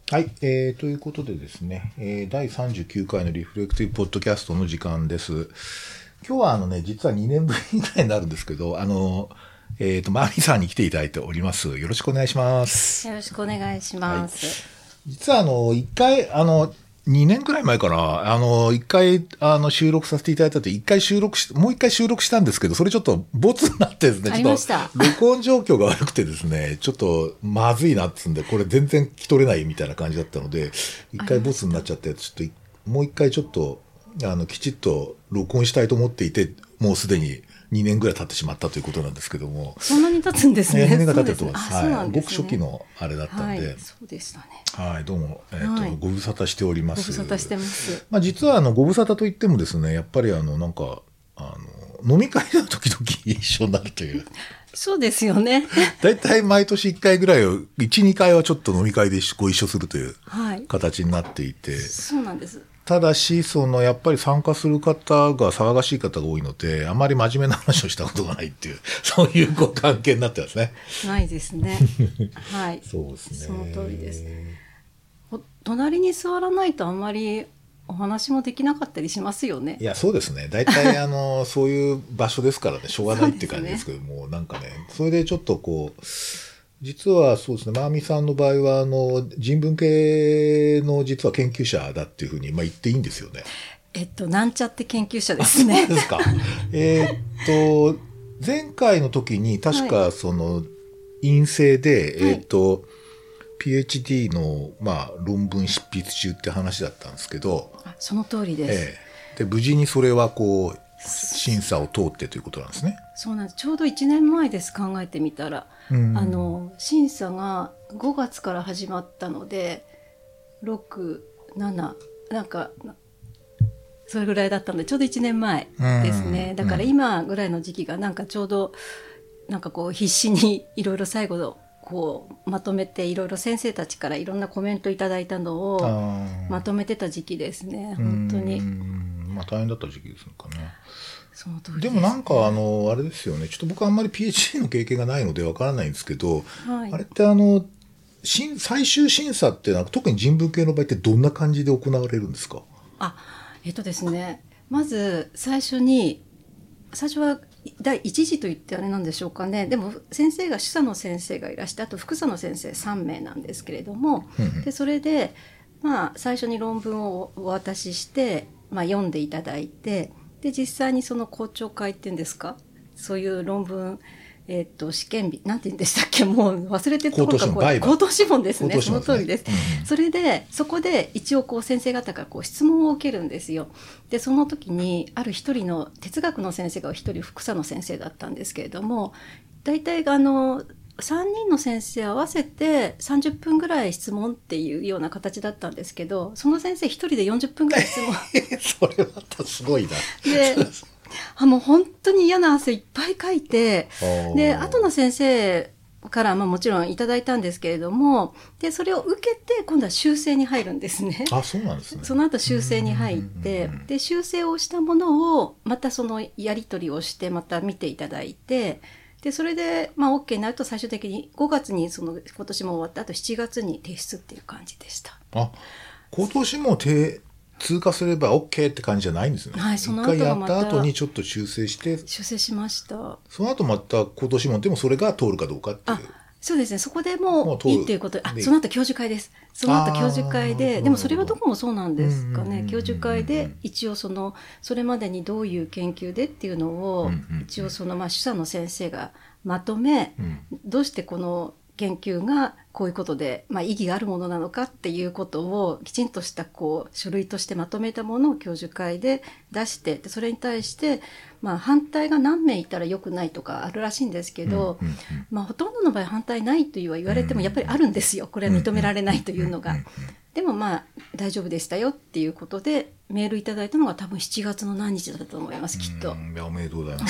はい、ということでですね、第39回のリフレクティブポッドキャストの時間です。今日は実は2年ぶりぐらいになるんですけど、マミさんに来ていただいております。よろしくお願いします。 よろしくお願いします。はい、 実は一回、2年くらい前から、一回、収録させていただいたと、もう一回収録したんですけど、それちょっとボツになってですね、ちょっと、録音状況が悪くてですね、ちょっとまずいなっつんで、これ全然聞き取れないみたいな感じだったので、一回ボツになっちゃって、ちょっと、もう一回ちょっと、きちっと録音したいと思っていて、もうすでに2年ぐらい経ってしまったということなんですけども。 そんなに経つんですね。 2年が経ってると思います。はい。ごく初期のあれだったんで。 はい、そうでしたね。 はい、どうも、ご無沙汰しております。 ご無沙汰してます。 まあ実はご無沙汰といってもですね、やっぱりなんか、飲み会の時々一緒になるという。 そうですよね。 だいたい毎年1回ぐらいを、1、2回はちょっと飲み会でご一緒するという形になっていて。 そうなんです。 ただし、やっぱり参加する方が騒がしい方が多いので、あまり真面目な話をしたことがないっていう、そういう関係になってますね。 ないですね。はい。 そうですね。 その通りです。隣に座らないとあんまりお話もできなかったりしますよね。 いや、そうですね。大体そういう場所ですからね、しょうがないっていう感じですけども、なんかね、それでちょっとこう、実はそうですね、マーミさんの場合は、人文系の実は研究者だっていうふうに、まあ言っていいんですよね。 なんちゃって研究者ですね。 そうですか。前回の時に確か陰性で、PhD の、まあ、論文執筆中って話だったんですけど。 その通りです。 で、無事にそれはこう、審査を通ってということなんですね。 そうなんです。ちょうど1年前です、考えてみたら。審査が5月から始まったので、6、7、なんか、それぐらいだったので、ちょうど1年前ですね。だから今ぐらいの時期がなんかちょうど、なんかこう必死にいろいろ最後のこうまとめていろいろ先生たちからいろんなコメントいただいたのをまとめてた時期ですね。本当に。 まあ大変だった時期ですかね。 その通りです。 でもなんかあれですよね。ちょっと僕はあんまり PhD の経験がないのでわからないんですけど、はい、あれって最終審査っていうのは特に人文系の場合ってどんな感じで行われるんですか？ ですね。まず最初は第一次と言ってあれなんでしょうかね。でも先生が主査の先生がいらして、あと副査の先生3名なんですけれども、でそれでまあ最初に論文をお渡しして、まあ、読んでいただいて、で実際にその公聴会っていうんですか、そういう論文試験日なんて言うんでしたっけ、もう忘れてるところが口頭試問ですね。その通りです。それでそこで一応こう先生方がこう質問を受けるんですよ。でその時にある一人の哲学の先生が一人副査の先生だったんですけれども、大体3人の先生合わせて30分ぐらい質問っていうような形だったんですけど、その先生一人で40分ぐらい質問それまたすごいな。 でもう本当に嫌な汗いっぱいかいて、で後の先生からもちろんいただいたんですけれども、でそれを受けて今度は修正に入るんですね。 そうなんですね。 その後修正に入って、で修正をしたものをまたそのやり取りをしてまた見ていただいて、でそれでまあ OK になると最終的に5月に今年も終わった後7月に提出っていう感じでした。 今年も通過すれば OK って感じじゃないんですね。 はい、その後一回やった後にちょっと修正して。 修正しました。 その後また今年もでもそれが通るかどうかっていう。 そうですね。そこでもういいっていうことで、その後教授会です。その後教授会で、でもそれはどこもそうなんですかね。教授会で一応それまでにどういう研究でっていうのを、一応主査の先生がまとめ、どうしてこの研究がこういうことで、まあ、意義があるものなのかっていうことをきちんとした書類としてまとめたものを教授会で出して、でそれに対して、まあ、反対が何名いたら良くないとかあるらしいんですけど、まあ、ほとんどの場合反対ないと言われてもやっぱりあるんですよ。これは認められないというのが。でもまあ大丈夫でしたよっていうことでメールいただいたのが多分7月の何日だったと思います、きっと。 いやおめでとうございます。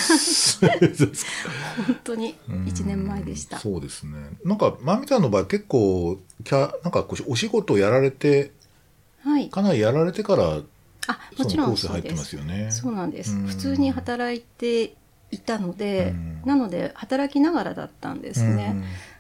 本当に1年前でした。 そうですね。なんかマミさんの場合結構なんかお仕事をやられて、はい、かなりやられてからもちろんコース入ってますよね。 そうなんです。普通に働いていたので、なので働きながらだったんですね。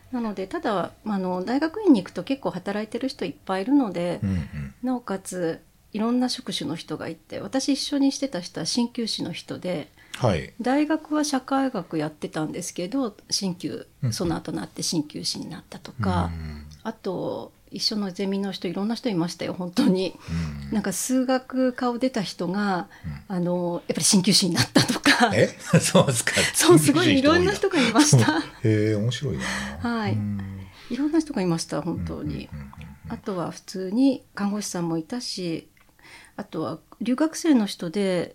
なのでただ大学院に行くと結構働いてる人いっぱいいるので、なおかついろんな職種の人がいて、私一緒にしてた人は鍼灸師の人で、はい、大学は社会学やってたんですけど鍼灸その後なって鍼灸師になったとか、あと一緒のゼミの人いろんな人いましたよ本当に、なんか数学科を出た人が、やっぱり鍼灸師になったとかそうですか。 そうすごいいろんな人がいましたへえ面白いな。 はい、いろんな人がいました本当に。あとは普通に看護師さんもいたし、あとは留学生の人で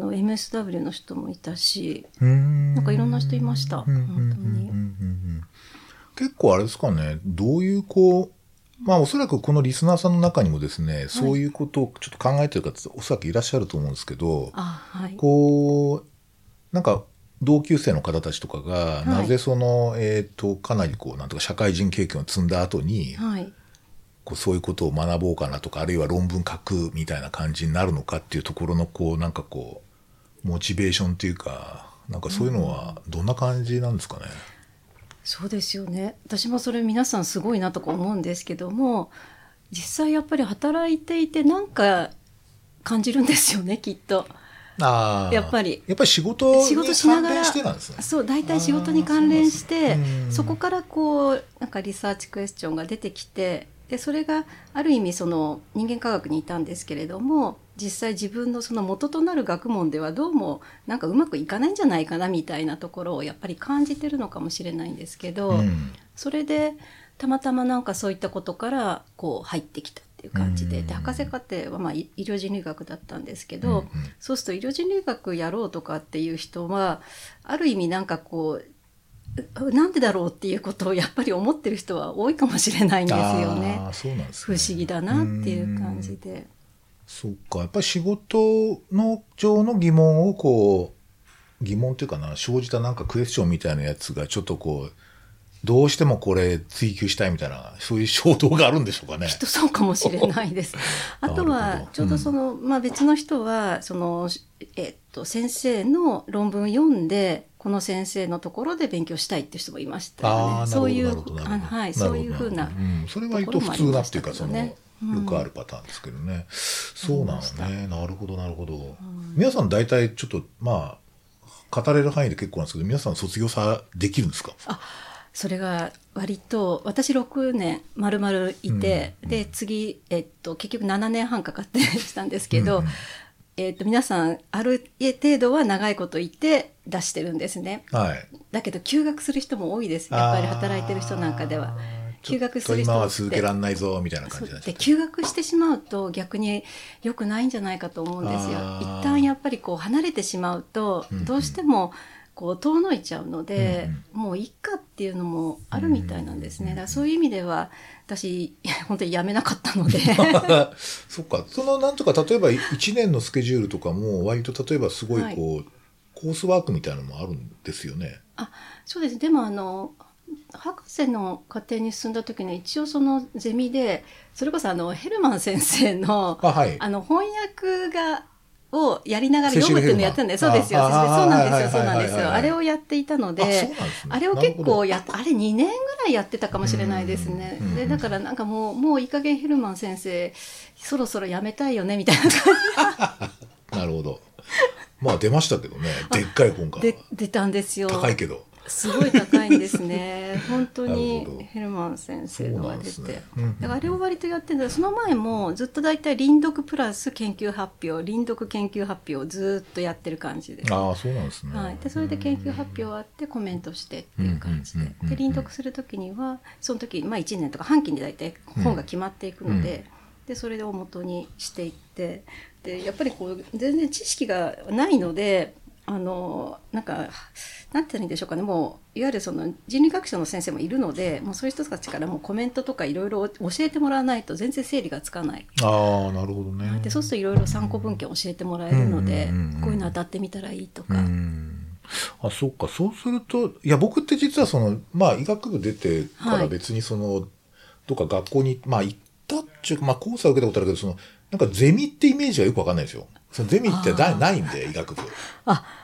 MSW の人もいたし、なんかいろんな人いました本当に。 結構あれですかね、どういうまあおそらくこのリスナーさんの中にもですね、はい、そういうことをちょっと考えてる方おそらくいらっしゃると思うんですけど、はい、なんか同級生の方たちとかが、なぜかなりなんとか社会人経験を積んだ後に、はい、そういうことを学ぼうかなとか、あるいは論文書くみたいな感じになるのかっていうところのなんかモチベーションっていうか、なんかそういうのはどんな感じなんですかね。 そうですよね。私もそれ皆さんすごいなとか思うんですけども、実際やっぱり働いていてなんか感じるんですよねきっと。やっぱり仕事しながらしてなんですね。 そう、大体仕事に関連して、そこからなんかリサーチクエスチョンが出てきて、でそれがある意味その人間科学にいたんですけれども、実際自分のその元となる学問ではどうもなんかうまくいかないんじゃないかなみたいなところをやっぱり感じてるのかもしれないんですけど、それでたまたまなんかそういったことから入ってきたっていう感じで、博士課程は医療人類学だったんですけど、そうすると医療人類学やろうとかっていう人はある意味なんかなんでだろうっていうことをやっぱり思ってる人は多いかもしれないんですよね。 そうなんですね。不思議だなっていう感じで。 そっか、やっぱり仕事の上の疑問を疑問っていうかな、生じたなんかクエスチョンみたいなやつがちょっとどうしてもこれ追求したいみたいな、そういう衝動があるんでしょうかね。 きっとそうかもしれないです。あとはちょうど別の人は先生の論文読んでこの先生のところで勉強したいっていう人もいましたよね。そういうそういうふうな、 それは割と普通なっていうかよくあるパターンですけどね。そうなのね。なるほどなるほど。皆さん大体ちょっと語れる範囲で結構なんですけど、皆さん卒業できるんですか？ それが割と私6年丸々いて、で次、結局7年半かかってしたんですけど、皆さんある程度は長いこといて出してるんですね。はい、だけど休学する人も多いです。やっぱり働いてる人なんかでは。休学する人今は続けられないぞみたいな感じになっちゃって、 休学してしまうと逆に良くないんじゃないかと思うんですよ。一旦やっぱり離れてしまうと、どうしても遠のいちゃうので、もういいかっていうのもあるみたいなんですね。だからそういう意味では私本当にやめなかったのでそっか。なんとか例えば1年のスケジュールとかも割と例えばすごいコースワークみたいなのもあるんですよね。 そうです。でも博士の課程に進んだ時に一応そのゼミでそれこそヘルマン先生の、翻訳をやりながら読むっていうのをやってたんで、そうですよ。そうなんですよ。あれをやっていたので、あれを結構あれ2年ぐらいやってたかもしれないですね。でだからなんかもういい加減ヘルマン先生そろそろやめたいよねみたいな感じ。なるほど。出ましたけどね。でっかい本が出たんですよ。 高いけど。 すごい高いんですね。本当にヘルマン先生のが出て、だからあれを割とやってるんだ。その前もずっとだいたい臨読プラス研究発表、臨読研究発表をずっとやってる感じです。 そうなんですね。 はい。でそれで研究発表あってコメントしてっていう感じで、で臨読する時にはその時1年とか半期でだいたい本が決まっていくので、でそれを元にしていって、でやっぱり全然知識がないので。なんて言ったらいいんでしょうかね。もういわゆるその人類学者の先生もいるので、もうそういう人たちからもうコメントとかいろいろ教えてもらわないと全然整理がつかない。 なるほどね。 でそうするといろいろ参考文献を教えてもらえるので、こういうの当たってみたらいいとか。 そっか。そうすると僕って実は医学部出てから別にどっか学校に行ったっていうかコースは受けたことあるけどなんかゼミってイメージはよくわかんないですよ。ゼミってないんで医学部。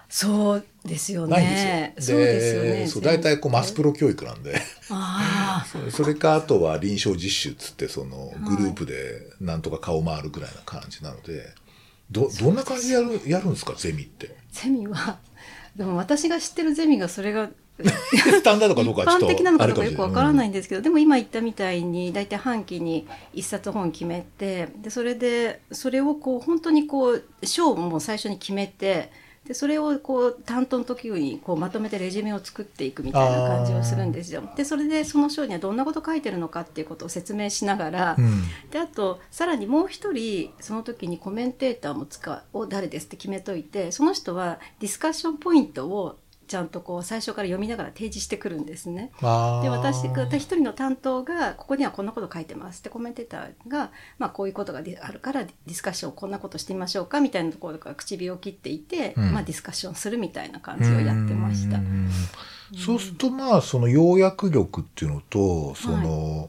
そうですよないんね。 ですよ。 そうですよね。 そう大体こうマスプロ教育なんでそれかあとは臨床実習っつってそのグループでなんとか顔回るぐらいな感じなので、どんな感じでやるんですかゼミって。 ゼミはでも私が知ってるゼミがそれがスタンダードかどうか一般的なのかどうかよくわからないんですけど、でも今言ったみたいに大体半期に一冊本決めて、でそれをこう本当にこう章も最初に決めて、でそれをこう担当の時にこうまとめてレジュメを作っていくみたいな感じをするんですよ。でそれでその章にはどんなこと書いてるのかっていうことを説明しながら、であとさらにもう一人その時にコメンテーターも誰ですって決めといて、その人はディスカッションポイントをちゃんとこう最初から読みながら提示してくるんですね。で私一人の担当がここにはこんなこと書いてますってコメンテーターが、こういうことがあるからディスカッションこんなことしてみましょうかみたいなところから唇を切っていて、ディスカッションするみたいな感じをやってました。 そうするとその要約力っていうのとその、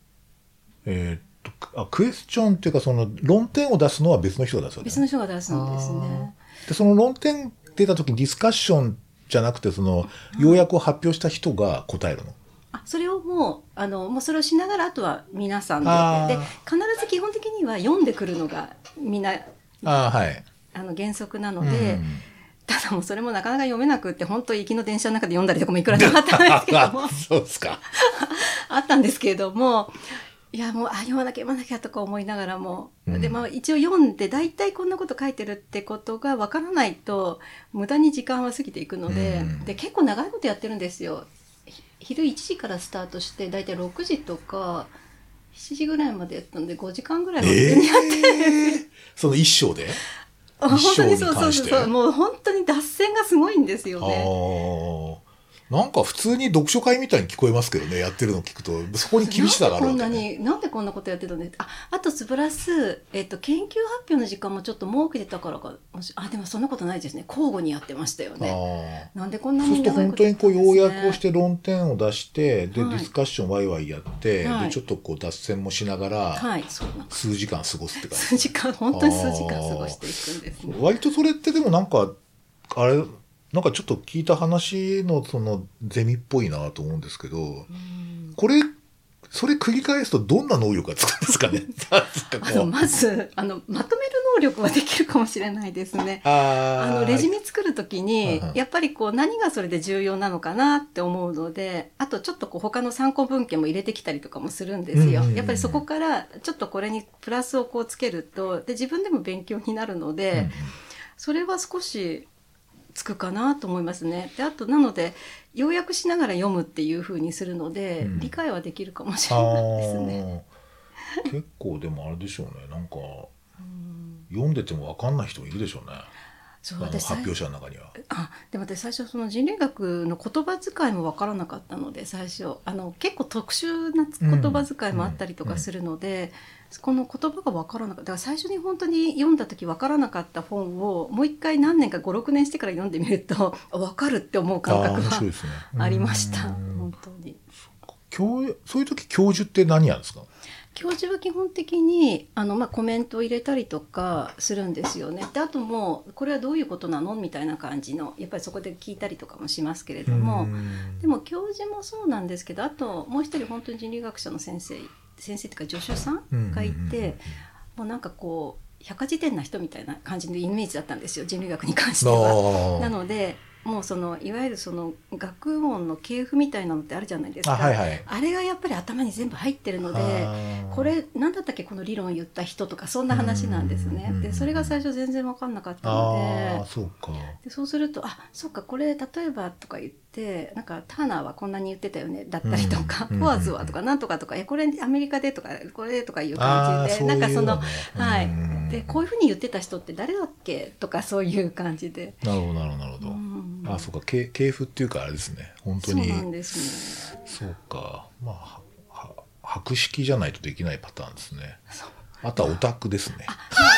クエスチョンっていうかその論点を出すのは別の人が出すわけですね。 別の人が出すんですね。 でその論点出た時にディスカッションじゃなくてその要約を発表した人が答えるの。 それをもうそれをしながらあとは皆さんで必ず基本的には読んでくるのがみんな原則なので、ただもうそれもなかなか読めなくって本当行きの電車の中で読んだりとかもいくらでもあったんですけどもそうですかあったんですけれども、いやもう読まなきゃとか思いながらも、で一応読んで大体こんなこと書いてるってことがわからないと無駄に時間は過ぎていくので、で結構長いことやってるんですよ。昼1時からスタートして大体6時とか7時ぐらいまでやったんで5時間ぐらいは普通にやってる、 その一章で本当にそうもう本当に脱線がすごいんですよね。 なんか普通に読書会みたいに聞こえますけどね、やってるの聞くとそこに厳しさがあるわけね。 なんでこんなことやってたんで、あとプラス、研究発表の時間もちょっと設けてたからか、でもそんなことないですね。交互にやってましたよね。なんでこんなに長いことやってたんですね。そうすると本当にこう要約をして論点を出してで、ディスカッションワイワイやって、でちょっとこう脱線もしながら、数時間過ごすって感じ。 本当に数時間過ごしていくんですね。 割とそれってでもなんかなんかちょっと聞いた話のそのゼミっぽいなと思うんですけど、それ繰り返すとどんな能力がつくんですかね。 まずまとめる能力はできるかもしれないですね。レジュメ作るときにやっぱりこう何がそれで重要なのかなって思うので、あとちょっとこう他の参考文献も入れてきたりとかもするんですよ。やっぱりそこからちょっとこれにプラスをこうつけるとで自分でも勉強になるので、それは少しつくかなと思いますね。であとなので要約しながら読むっていう風にするので、理解はできるかもしれないですね。 結構でもあれでしょうね。なんか読んでても分かんない人もいるでしょうね。発表者の中には。 でも私最初その人類学の言葉遣いも分からなかったので、最初結構特殊な言葉遣いもあったりとかするので、この言葉が分からなかった。だから最初に本当に読んだ時分からなかった本をもう一回何年か 5,6 年してから読んでみると分かるって思う感覚がありました。本当に。 そういう時教授って何やるんですか？ 教授は基本的にコメントを入れたりとかするんですよね。であともこれはどういうことなのみたいな感じのやっぱりそこで聞いたりとかもしますけれども、でも教授もそうなんですけど、あともう一人本当に人類学者の先生っていうか助手さんがいて、もうなんかこう百科事典な人みたいな感じのイメージだったんですよ、人類学に関しては。なのでもういわゆるその学問の系譜みたいなのってあるじゃないですか。あれがやっぱり頭に全部入ってるので、これ何だったっけこの理論を言った人とかそんな話なんですね。でそれが最初全然分かんなかったので、そうするとそうかこれ例えばとか言ってなんかターナーはこんなに言ってたよねだったりとか、フォアーズはとかなんとかとかこれアメリカでとかこれとかいう感じでなんかでこういうふうに言ってた人って誰だっけとかそういう感じで。 なるほど。そうか系譜っていうかあれですね。本当に。 そうなんですね。 そうか。博識じゃないとできないパターンですね。あとはオタクですね。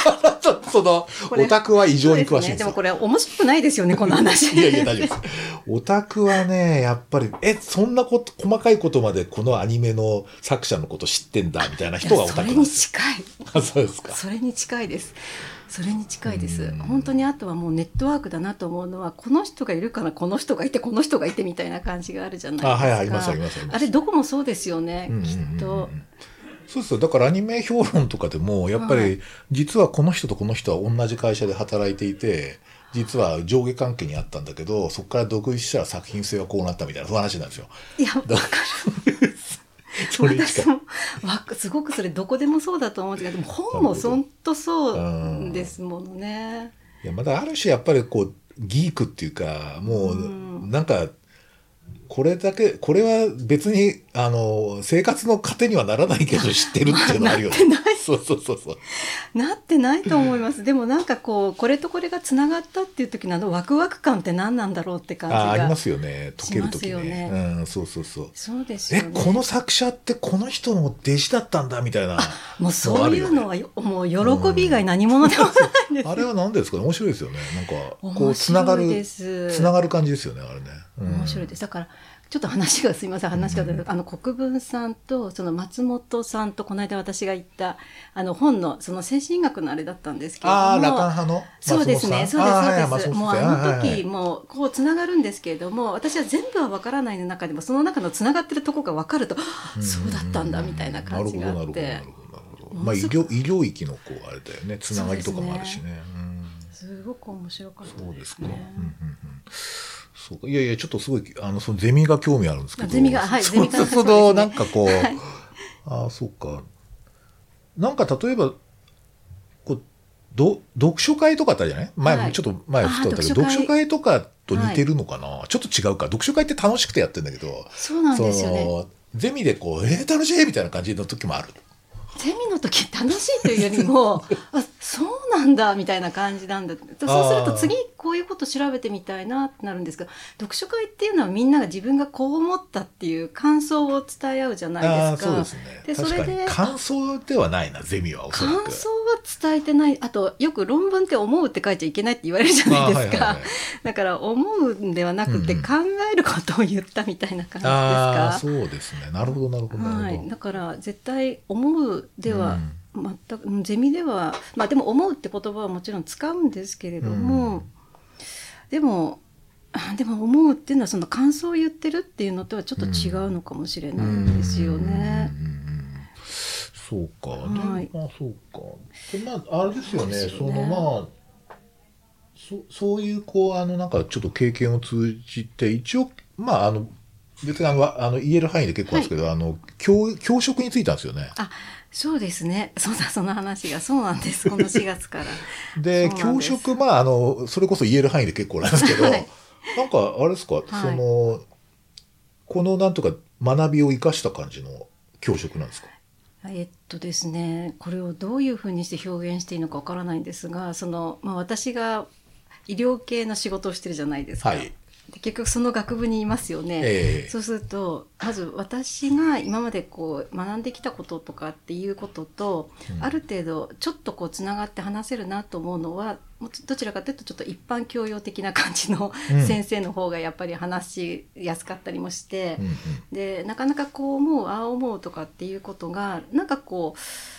そのオタクは異常に詳しいんですよ。 でもこれ面白くないですよね、この話。 いやいや大丈夫です。オタクはね、やっぱりそんなこと細かいことまでこのアニメの作者のこと知ってんだみたいな人がオタクなんです。 それに近い。そうですか。 それに近いです。それに近いです。本当にあとはもうネットワークだなと思うのは、この人がいるからこの人がいてこの人がいてみたいな感じがあるじゃないですか。 はい、ありますあります。 あれどこもそうですよね、きっと。 そうですよ。だからアニメ評論とかでもやっぱり実はこの人とこの人は同じ会社で働いていて、実は上下関係にあったんだけど、そこから独立したら作品性はこうなったみたいなそういう話なんですよ。 いや、わかる。それ私もすごくそれどこでもそうだと思うんですけど、でも本も本当そうですものね。 いや、まだある種やっぱりこうギークっていうか、もうなんかこれは別に生活の糧にはならないけど知ってるっていうのはあるよね。 なってない。 そうなってないと思います。でもなんかこれとこれがつながったっていう時のワクワク感って何なんだろうって感じがありますよね。解ける時ね。そうそうですよね。 この作者ってこの人の弟子だったんだみたいな、 もうそういうのはもう喜び以外何者でもないんです。 あれは何ですかね。面白いですよね。なんかこうつながる感じですよね、あれね。 面白いです。だからちょっと話がすみません、国分さんとその松本さんとこの間私が言った本のその精神医学のあれだったんですけれども、 羅漢派のそうですね、そうです。もう時もこうつながるんですけれども、私は全部は分からないの中でもその中のつながってるとこが分かると、そうだったんだみたいな感じがあって、 まあ医療域のあれだよね、つながりとかもあるしね。 すごく面白かったですね。 そうですか。そういやちょっとすごいそのゼミが興味あるんですけど、 ゼミがなんかこう、そうか、なんか例えばこう読書会とかあったじゃない？ちょっと前ふとあったけど、読書会とかと似てるのかな？ちょっと違うか。読書会って楽しくてやってるんだけど、 そうなんですよね。 ゼミで楽しいみたいな感じの時もある。 ゼミの時楽しいというよりもそうなんだみたいな感じなんだ。そうすると次こういうこと調べてみたいなってなるんですけど、読書会っていうのはみんなが自分がこう思ったっていう感想を伝え合うじゃないですか。 そうですね。でそれで感想ではないな、ゼミはおそらく。 感想は伝えてない。あとよく論文って思うって書いちゃいけないって言われるじゃないですか。だから思うんではなくて考えることを言ったみたいな感じですか。 そうですね。なるほど。 はい。だから絶対思うでは、全くゼミではでも思うって言葉はもちろん使うんですけれども、でも思うっていうのはその感想を言ってるっていうのとはちょっと違うのかもしれないんですよね。 そうか。そうか。であれですよね。そういうなんかちょっと経験を通じて一応別に言える範囲で結構なんですけど、教職に就いたんですよね。 そうですね。その話がそうなんです。この4月から。 で教職それこそ言える範囲で結構なんですけど、なんかあれですか、このなんとか学びを生かした感じの教職なんですか？ ですね、これをどういうふうにして表現していいのかわからないんですが、私が医療系の仕事をしてるじゃないですか。で結局その学部にいますよね。そうするとまず私が今まで学んできたこととかっていうことと、ある程度ちょっとつながって話せるなと思うのは、どちらかというとちょっと一般教養的な感じの先生の方がやっぱり話しやすかったりもして、でなかなかこう思うああ思うとかっていうことがなんかちょ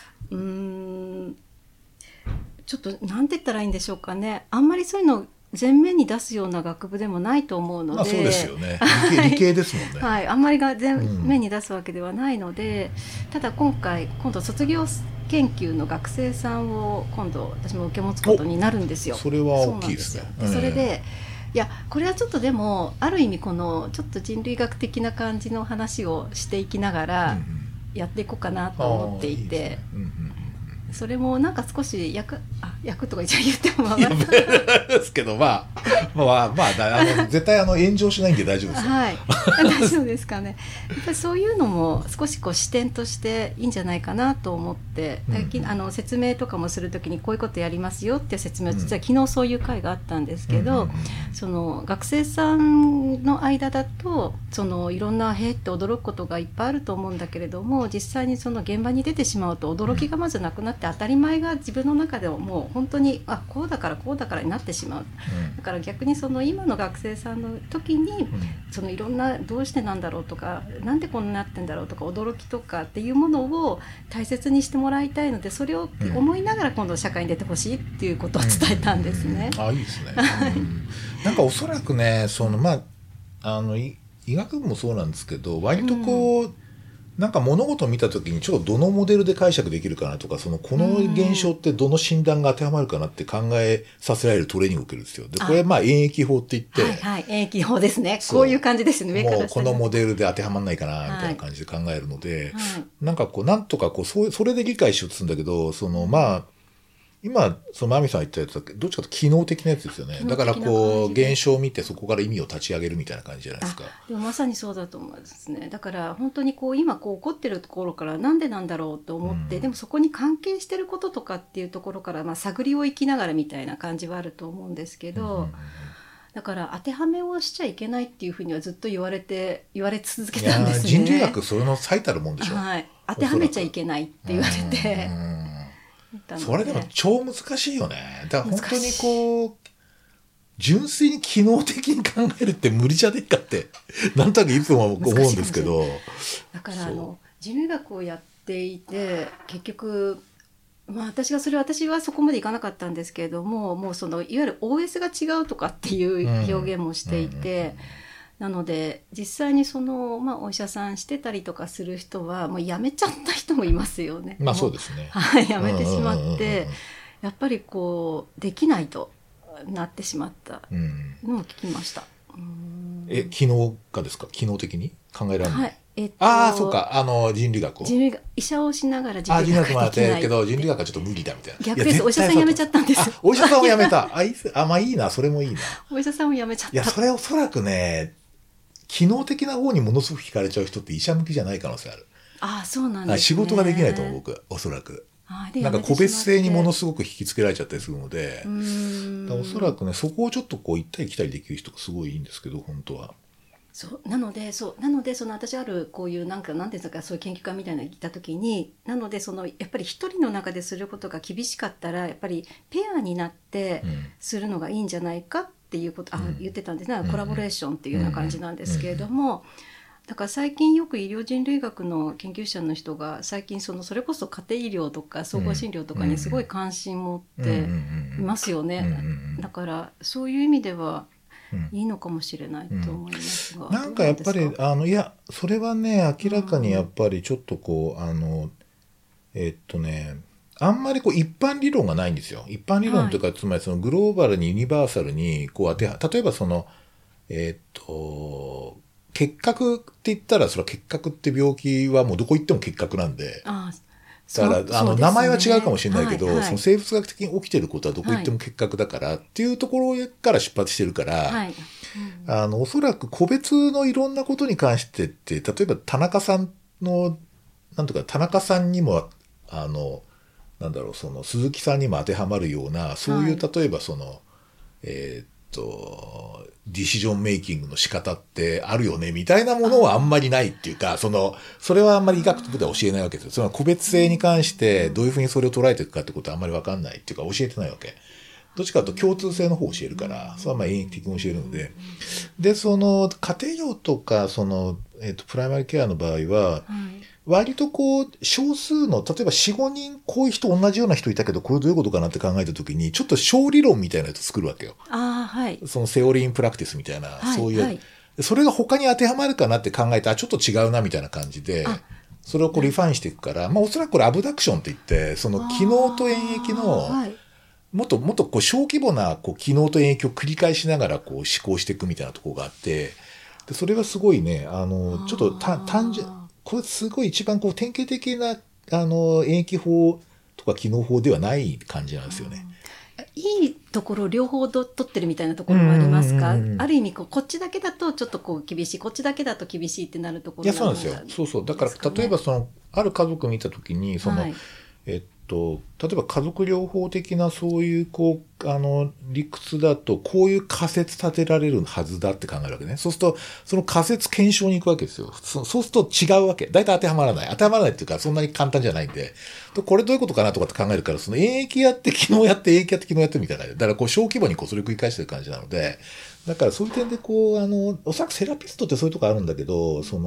っとなんて言ったらいいんでしょうかね。あんまりそういうの前面に出すような学部でもないと思うので、 そうですよね。理系ですもんね。 はい、あんまり前面に出すわけではないので、ただ今度卒業研究の学生さんを今度私も受け持つことになるんですよ。 それは大きいですね。 それでこれはちょっとでもある意味ちょっと人類学的な感じの話をしていきながらやっていこうかなと思っていて、それもなんか少し役とか一応言ってもまあですけど、絶対炎上しないんで大丈夫ですよ。 はい、大丈夫ですかね。やっぱりそういうのも少しこう視点としていいんじゃないかなと思って、説明とかもするときにこういうことやりますよっていう説明を、実は昨日そういう会があったんですけど、その学生さんの間だといろんなへーって驚くことがいっぱいあると思うんだけれども、実際にその現場に出てしまうと驚きがまずなくなって、当たり前が自分の中でもう本当にこうだからこうだからになってしまう。だから逆に今の学生さんの時にいろんなどうしてなんだろうとか、なんでこんなってんだろうとか、驚きとかっていうものを大切にしてもらいたいので、それを思いながら今度社会に出てほしいっていうことを伝えたんですね。 いいですね。なんかおそらくね、医学部もそうなんですけど、割となんか物事を見たときにちょっとどのモデルで解釈できるかなとか、この現象ってどの診断が当てはまるかなって考えさせられるトレーニングを受けるんですよ。で、これ演疫法って言って、 演疫法ですね。こういう感じですね。上からもうこのモデルで当てはまらないかなみたいな感じで考えるので、なんかなんとかそれで理解しようとするんだけど、今マミさん言ったやつはどっちかというと機能的なやつですよね。だから現象を見てそこから意味を立ち上げるみたいな感じじゃないですか。 でもまさにそうだと思うんですね。だから本当に今起こってるところからなんでなんだろうと思って、でもそこに関係してることとかっていうところから探りを生きながらみたいな感じはあると思うんですけど、だから当てはめをしちゃいけないっていうふうにはずっと言われ続けたんですね。 人類学それの最たるもんでしょ。 当てはめちゃいけないって言われて。 それでも超難しいよね。だから本当に純粋に機能的に考えるって無理じゃねえかってなんとなくいつも思うんですけど、 だから人類学をやっていて結局私はそこまでいかなかったんですけれども、もういわゆる OS が違うとかっていう表現もしていて、なので実際にお医者さんしてたりとかする人はもう辞めちゃった人もいますよね。 そうですね。 辞めてしまってやっぱりできないとなってしまったのを聞きました。 機能がですか？機能的に考えられない。そうか、人類学を。 医者をしながら人類学ができないけど、人類学はちょっと無理だみたいな。 逆です。お医者さん辞めちゃったんです。 お医者さんを辞めた。いいな、それもいいな。 お医者さんを辞めちゃった。 それおそらくね、機能的な方にものすごく惹かれちゃう人って医者向きじゃない可能性ある。 そうなんですね。 仕事ができないと思う、僕、おそらく。なんか個別性にものすごく引きつけられちゃったりするので、おそらくね、そこをちょっと行ったり来たりできる人がすごいいいんですけど、本当は。 なので私こういうなんていうんですか、そういう研究家みたいなのがいた時に、なのでやっぱり一人の中ですることが厳しかったらやっぱりペアになってするのがいいんじゃないかっていうこと言ってたんですね。コラボレーションっていうような感じなんですけれども、だから最近よく医療人類学の研究者の人が最近それこそ家庭医療とか総合診療とかにすごい関心持っていますよね。だからそういう意味ではいいのかもしれないと思いますが、 なんかやっぱりそれはね、明らかにやっぱりちょっとあんまり一般理論がないんですよ。一般理論というか、つまりグローバルにユニバーサルに例えば結核って言ったら、それは結核って病気はもうどこ行っても結核なんで。だから名前は違うかもしれないけど、生物学的に起きてることはどこ行っても結核だからっていうところから出発してるから、おそらく個別のいろんなことに関してって、例えば田中さんの田中さんにも鈴木さんにも当てはまるような、そういう例えばディシジョンメイキングの仕方ってあるよねみたいなものはあんまりないっていうか、それはあんまり医学部では教えないわけですよ。その個別性に関してどういうふうにそれを捉えていくかってことはあんまり分かんないっていうか、教えてないわけ。どっちかというと共通性の方を教えるから、それは演疫的に教えるので、で家庭用とかプライマリケアの場合は、割と少数の、例えば 4,5 人こういう人同じような人いたけど、これどういうことかなって考えたときに、ちょっと小理論みたいなやつ作るわけよ。セオリーインプラクティスみたいな、そういう、それが他に当てはまるかなって考えたら、ちょっと違うなみたいな感じで、それをリファインしていくから、おそらくこれアブダクションって言って、機能と演疫の、もっと小規模な機能と演疫を繰り返しながら思考していくみたいなところがあって、でそれはすごいね、ちょっと単純、これすごい一番典型的な演疫法とか機能法ではない感じなんですよね。 いいところを両方取ってるみたいなところもありますか？ある意味こっちだけだとちょっとこう厳しい、こっちだけだと厳しいってなるところいや、そうなんですよ。そうそう。だから例えばある家族見たときにはい、例えば家族療法的なそういう理屈だとこういう仮説立てられるはずだって考えるわけね。そうするとその仮説検証に行くわけですよ。そうすると違うわけ。大体当てはまらないっていうかそんなに簡単じゃないんで、これどういうことかなとかって考えるから、その演疫やって昨日やって演疫やって昨日やってみたいな。だから小規模にそれ繰り返してる感じなので、だからそういう点でおそらくセラピストってそういうとこあるんだけど、さ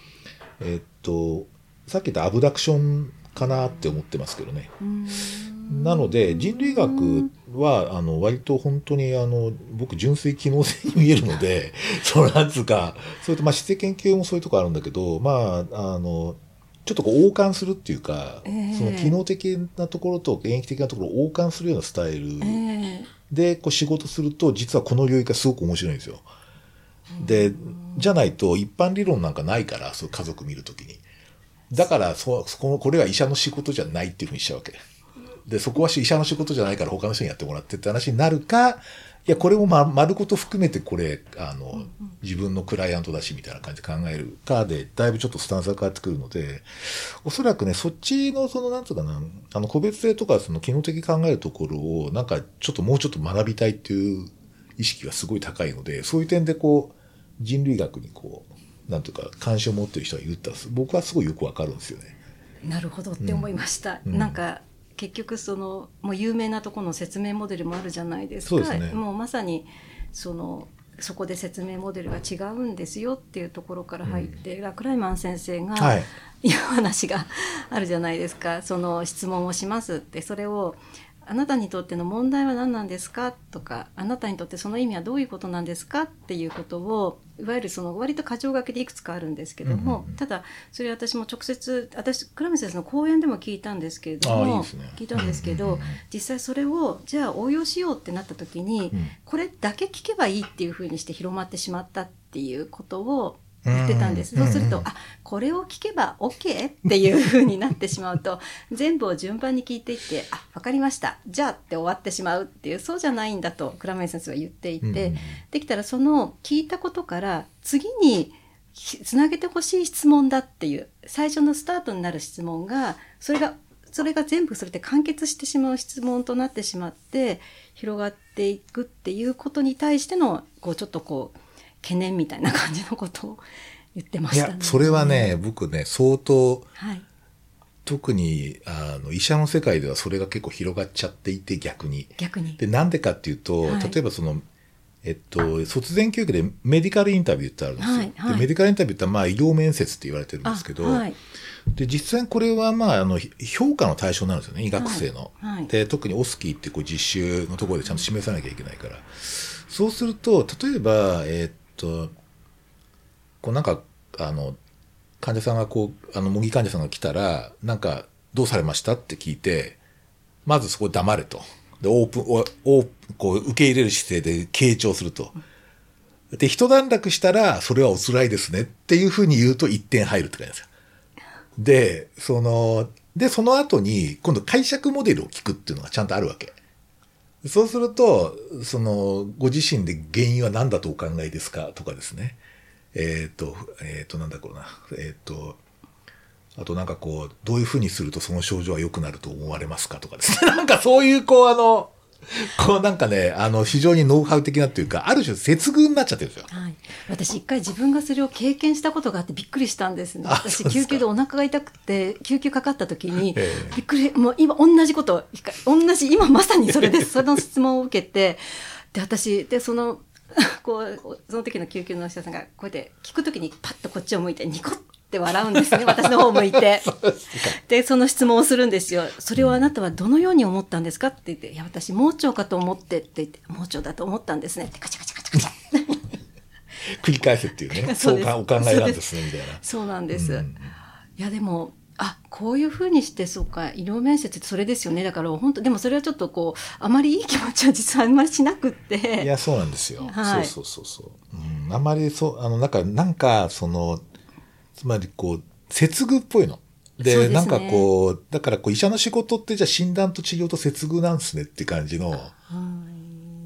っき言ったアブダクションかなって思ってますけどね。なので人類学は割と本当に僕純粋機能性に見えるのでなんつうか、それと質的研究もそういうとこあるんだけど、ちょっと応関するっていうか、その機能的なところと演疫的なところを応関するようなスタイルで仕事すると、実はこの領域がすごく面白いんですよ。でじゃないと一般理論なんかないから、そう家族見るときに。だからこれは医者の仕事じゃないっていうふうにしちゃうわけで、そこは医者の仕事じゃないから他の人にやってもらってって話になるか、いやこれも丸ごと含めてこれ自分のクライアントだしみたいな感じで考えるかで、だいぶちょっとスタンスが変わってくるので、おそらくねそっちのなんつうかな、個別性とか機能的考えるところをなんかちょっともうちょっと学びたいっていう意識がすごい高いので、そういう点で人類学になんとか関心を持ってる人がいるって僕はすごいよくわかるんですよね。 なるほどって思いました。なんか結局もう有名なところの説明モデルもあるじゃないですか。 そうですね。 もうまさにそこで説明モデルが違うんですよっていうところから入って、クライマン先生が言う話があるじゃないですか。質問をしますって、それをあなたにとっての問題は何なんですかとか、あなたにとってその意味はどういうことなんですかっていうことを、いわゆる割と箇条書きでいくつかあるんですけども、ただそれ私も直接倉見先生の講演でも聞いたんですけれども、聞いたんですけど、実際それをじゃあ応用しようってなった時に、これだけ聞けばいいっていうふうにして広まってしまったっていうことを言ってたんです。そうすると、これを聞けば OK っていう風になってしまうと、全部を順番に聞いていって、わかりました。じゃあって終わってしまうっていう、そうじゃないんだと倉林先生は言っていて、できたら聞いたことから次につなげてほしい質問だっていう、最初のスタートになる質問が、それが全部それで完結してしまう質問となってしまって、広がっていくっていうことに対しての、ちょっと懸念みたいな感じのことを言ってましたね。 いや、それはね、僕ね、相当、特に医者の世界ではそれが結構広がっちゃっていて、逆に。で、なんでかっていうと、例えば卒前教育でメディカルインタビューってあるんですよ。でメディカルインタビューって医療面接って言われてるんですけど、で実際にこれは評価の対象になるんですよね、医学生の。で特にオスキーって実習のところでちゃんと示さなきゃいけないから。そうすると例えばなんか患者さんが模擬患者さんが来たらなんかどうされましたって聞いて、まずそこで黙れと。で受け入れる姿勢で傾聴すると。で一段落したらそれはお辛いですねっていうふうに言うと1点入るって感じですよ。でその後に今度解釈モデルを聞くっていうのがちゃんとあるわけ。そうするとご自身で原因は何だとお考えですかとかですね。なんだろうな。あとなんかどういうふうにするとその症状は良くなると思われますかとかですね。なんかそういうなんかね、非常にノウハウ的なっていうか、ある種接遇になっちゃってるんですよ。 私一回自分がそれを経験したことがあってびっくりしたんですね。私救急でお腹が痛くて救急かかった時に、びっくり、もう今同じ今まさにそれです。その質問を受けて、で私でその時の救急のお医者さんがこうやって聞く時にパッとこっちを向いてニコッって笑うんですね。私の方を向いて。で、その質問をするんですよ。それをあなたはどのように思ったんですかって言って、いや、私、盲腸かと思ってって言って、盲腸だと思ったんですねって、カチャカチャカチャカチャ。 繰り返すっていうね。そうお考えなんですね、みたいな。 そうなんです。いや、でも、こういうふうにして、そうか、医療面接ってそれですよね。だから、本当でもそれはちょっとあまりいい気持ちは実はあんまりしなくって。 いや、そうなんですよ。そう。あんまりなんか、つまり接遇っぽいの。で、なんかだから医者の仕事ってじゃあ診断と治療と接遇なんですねって感じの、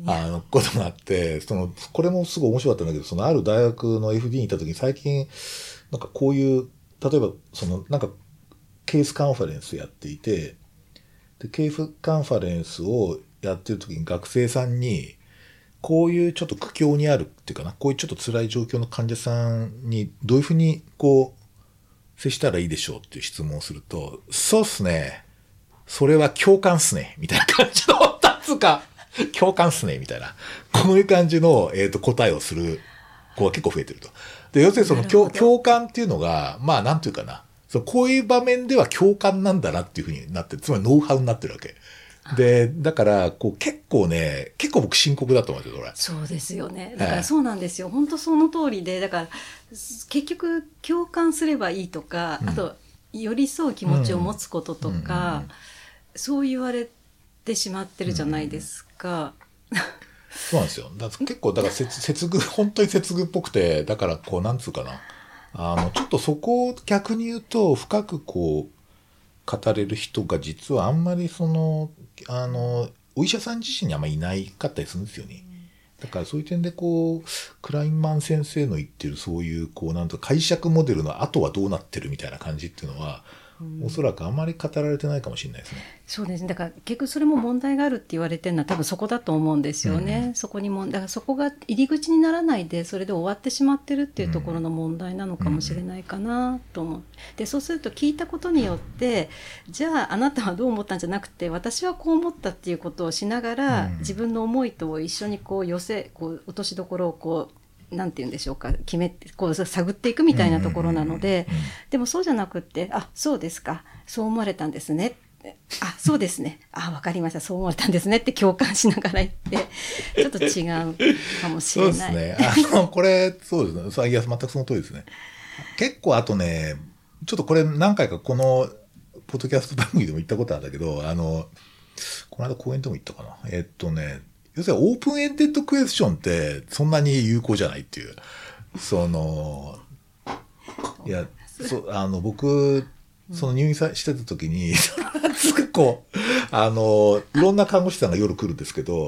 ことがあって、これもすごい面白かったんだけど、ある大学の FD に行った時に最近、なんかこういう、例えば、なんか、ケースカンファレンスやっていて、で、ケースカンファレンスをやってる時に学生さんに、こういうちょっと苦境にあるっていうかな、こういうちょっと辛い状況の患者さんにどういうふうに接したらいいでしょうっていう質問をすると、そうっすね。それは共感っすね。みたいな感じの、つか、共感っすね。みたいな。こういう感じの、答えをする子が結構増えてると。で、要するに共感っていうのが、まあなんていうかな。こういう場面では共感なんだなっていうふうになってる。つまりノウハウになってるわけ。で、だから、結構僕深刻だと思うんですよ、これ。 そうですよね。だからそうなんですよ。本当その通りで、だから、結局、共感すればいいとか、あと、寄り添う気持ちを持つこととか、そう言われてしまってるじゃないですか。 そうなんですよ。結構、接遇、本当に接遇っぽくて、だから、なんつうかな。ちょっとそこを逆に言うと、深く語れる人が実はあんまりお医者さん自身にあんまりいないかったりするんですよね。だからそういう点でクラインマン先生の言ってるそういうなんとか解釈モデルの後はどうなってるみたいな感じっていうのは、おそらくあまり語られてないかもしれないですね。 そうですね。だから結局それも問題があるって言われてるのは多分そこだと思うんですよね。そこにだからそこが入り口にならないでそれで終わってしまってるっていうところの問題なのかもしれないかなと思って、そうすると聞いたことによってじゃああなたはどう思ったんじゃなくて私はこう思ったっていうことをしながら、自分の思いと一緒に落としどころをなんて言うんでしょうか、探っていくみたいなところなので、でもそうじゃなくって、あ、そうですか、そう思われたんですね、あ、そうですね、あ、わかりました、そう思われたんですねって共感しながら言ってちょっと違うかもしれない。 そうですね。これそうですね。いや全くその通りですね。結構あとね、ちょっとこれ何回かこのポッドキャスト番組でも言ったことあるんだけど、この間講演でも言ったかな。要するにオープンエンデッドクエスチョンってそんなに有効じゃないっていう。いや、僕、入院してた時に、いろんな看護師さんが夜来るんですけど、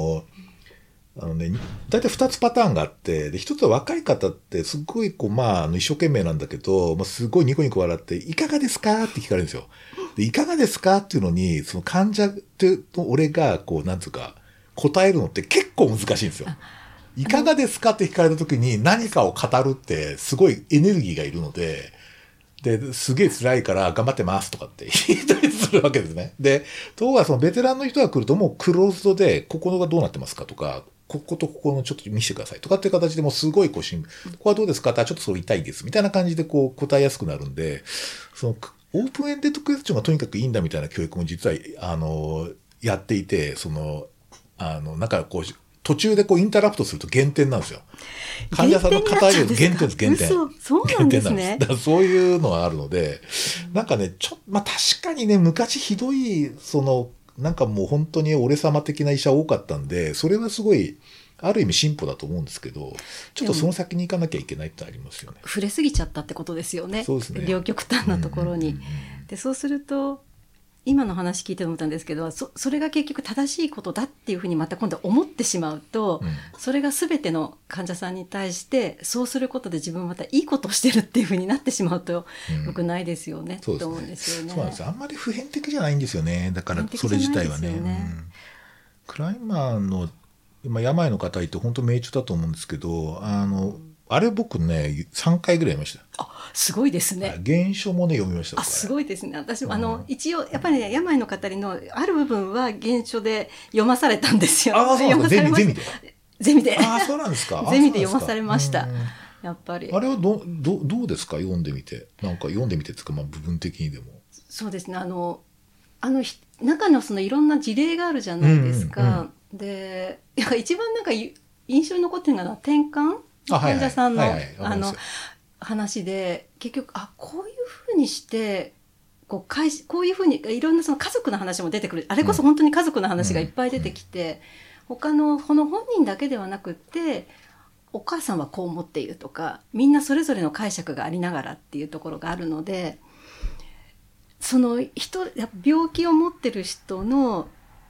大体2つパターンがあって、で、一つは若い方ってすっごい一生懸命なんだけど、すごいニコニコ笑って、いかがですかって聞かれるんですよ。で、いかがですかっていうのに、その患者と俺が、なんつうか、答えるのって結構難しいんですよ。いかがですかって聞かれた時に何かを語るってすごいエネルギーがいるので、で、すげえ辛いから頑張ってますとかって言ったりするわけですね。で、ところがそのベテランの人が来るともうクローズドで、ここがどうなってますかとか、こことここのちょっと見せてくださいとかっていう形でもうすごいここはどうですかってちょっとそれ痛いですみたいな感じで答えやすくなるんで、オープンエンデッドクエスチョンがとにかくいいんだみたいな教育も実は、やっていて、なんか途中でインタラプトすると減点なんですよ。患者さんの語り減点です、減点。 そうなんですね。 だからそういうのがあるので、なんかね、確かにね、昔ひどい、なんかもう本当に俺様的な医者多かったんで、それはすごい、ある意味進歩だと思うんですけど、ちょっとその先に行かなきゃいけないってありますよね。 触れすぎちゃったってことですよね。 そうですね。 両極端なところに。で、そうすると、今の話聞いて思ったんですけど、それが結局正しいことだっていうふうにまた今度は思ってしまうと、それが全ての患者さんに対してそうすることで自分はまたいいことをしてるっていうふうになってしまうと良くないですよね、と思うんですよね。 そうなんです。あんまり普遍的じゃないんですよね。だからそれ自体はね。クライマーの病の方いて本当命中だと思うんですけど、あれ僕ね3回ぐらい読みました。 あ、すごいですね。 原書もね読みました。 あ、すごいですね。私も一応やっぱりね、病の語りのある部分は原書で読まされたんですよ。 あ、そうなんですか。 ゼミで。 あ、そうなんですか。 ゼミで読まされました。やっぱり。 あれはどうですか、読んでみて。なんか読んでみてつか、部分的にでも。 そうですね。中のいろんな事例があるじゃないですか。で、一番なんか印象に残ってるのは転換患者さんの話で、結局こういうふうにしてこういうふうにいろんな家族の話も出てくる。あれこそ本当に家族の話がいっぱい出てきて、他のこの本人だけではなくってお母さんはこう思っているとか、みんなそれぞれの解釈がありながらっていうところがあるので、病気を持ってる人の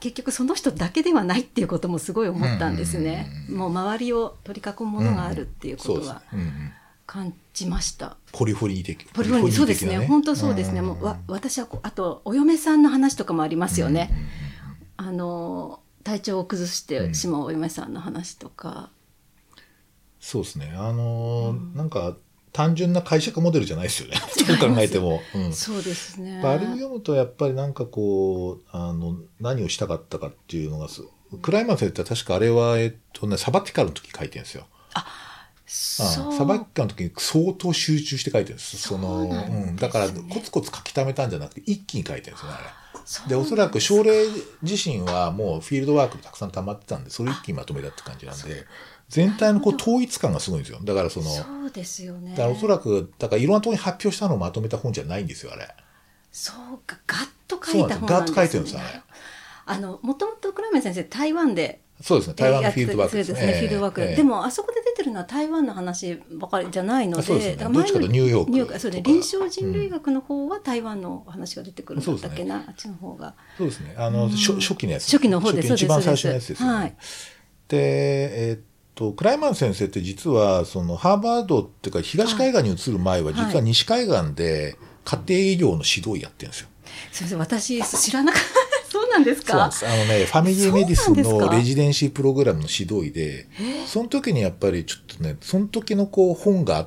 結局その人だけではないっていうこともすごい思ったんですね。もう周りを取り囲むものがあるっていうことは感じました。 ポリフォニー的。 ポリフォニー、そうですね。本当そうですね。もう私はあとお嫁さんの話とかもありますよね。体調を崩してしまうお嫁さんの話とか。 そうですね。なんか単純な解釈モデルじゃないですよね。どう考えても。 そうですね。 あれを読むとやっぱりなんかこう何をしたかったかっていうのがクライマン先生って確かあれはサバティカルの時書いてるんですよ。サバティカルの時に相当集中して書いてるんです。だからコツコツ書き溜めたんじゃなくて一気に書いてるんですよね、あれ。でおそらく症例自身はもうフィールドワークでたくさん溜まってたんで、それ一気にまとめたって感じなんで、全体の統一感がすごいんですよ。だからそうですよね。 だからおそらくいろんなところに発表したのをまとめた本じゃないんですよ、あれ。 そうか、ガッと書いた本なんですね。 ガッと書いてるんですよ、あれ。 もともと倉目先生台湾で。 そうですね、台湾のフィールドワークですね。 フィールドワーク。でもあそこで出てるのは台湾の話ばかりじゃないので、 そうですね、どっちかとニューヨーク。 そうね、臨床人類学の方は台湾の話が出てくるんだったっけな、あっちの方が。 そうですね、初期のやつ。 初期の方で、そうです。 一番最初のやつですよね。はい。で、クライマン先生って実はハーバードっていうか東海岸に移る前は実は西海岸で家庭医療の指導医やってるんですよ。 すみません、私知らなかった。そうなんですか。 そうなんです。ファミリーメディスンのレジデンシープログラムの指導医で、その時にやっぱりちょっとね、その時の本があって、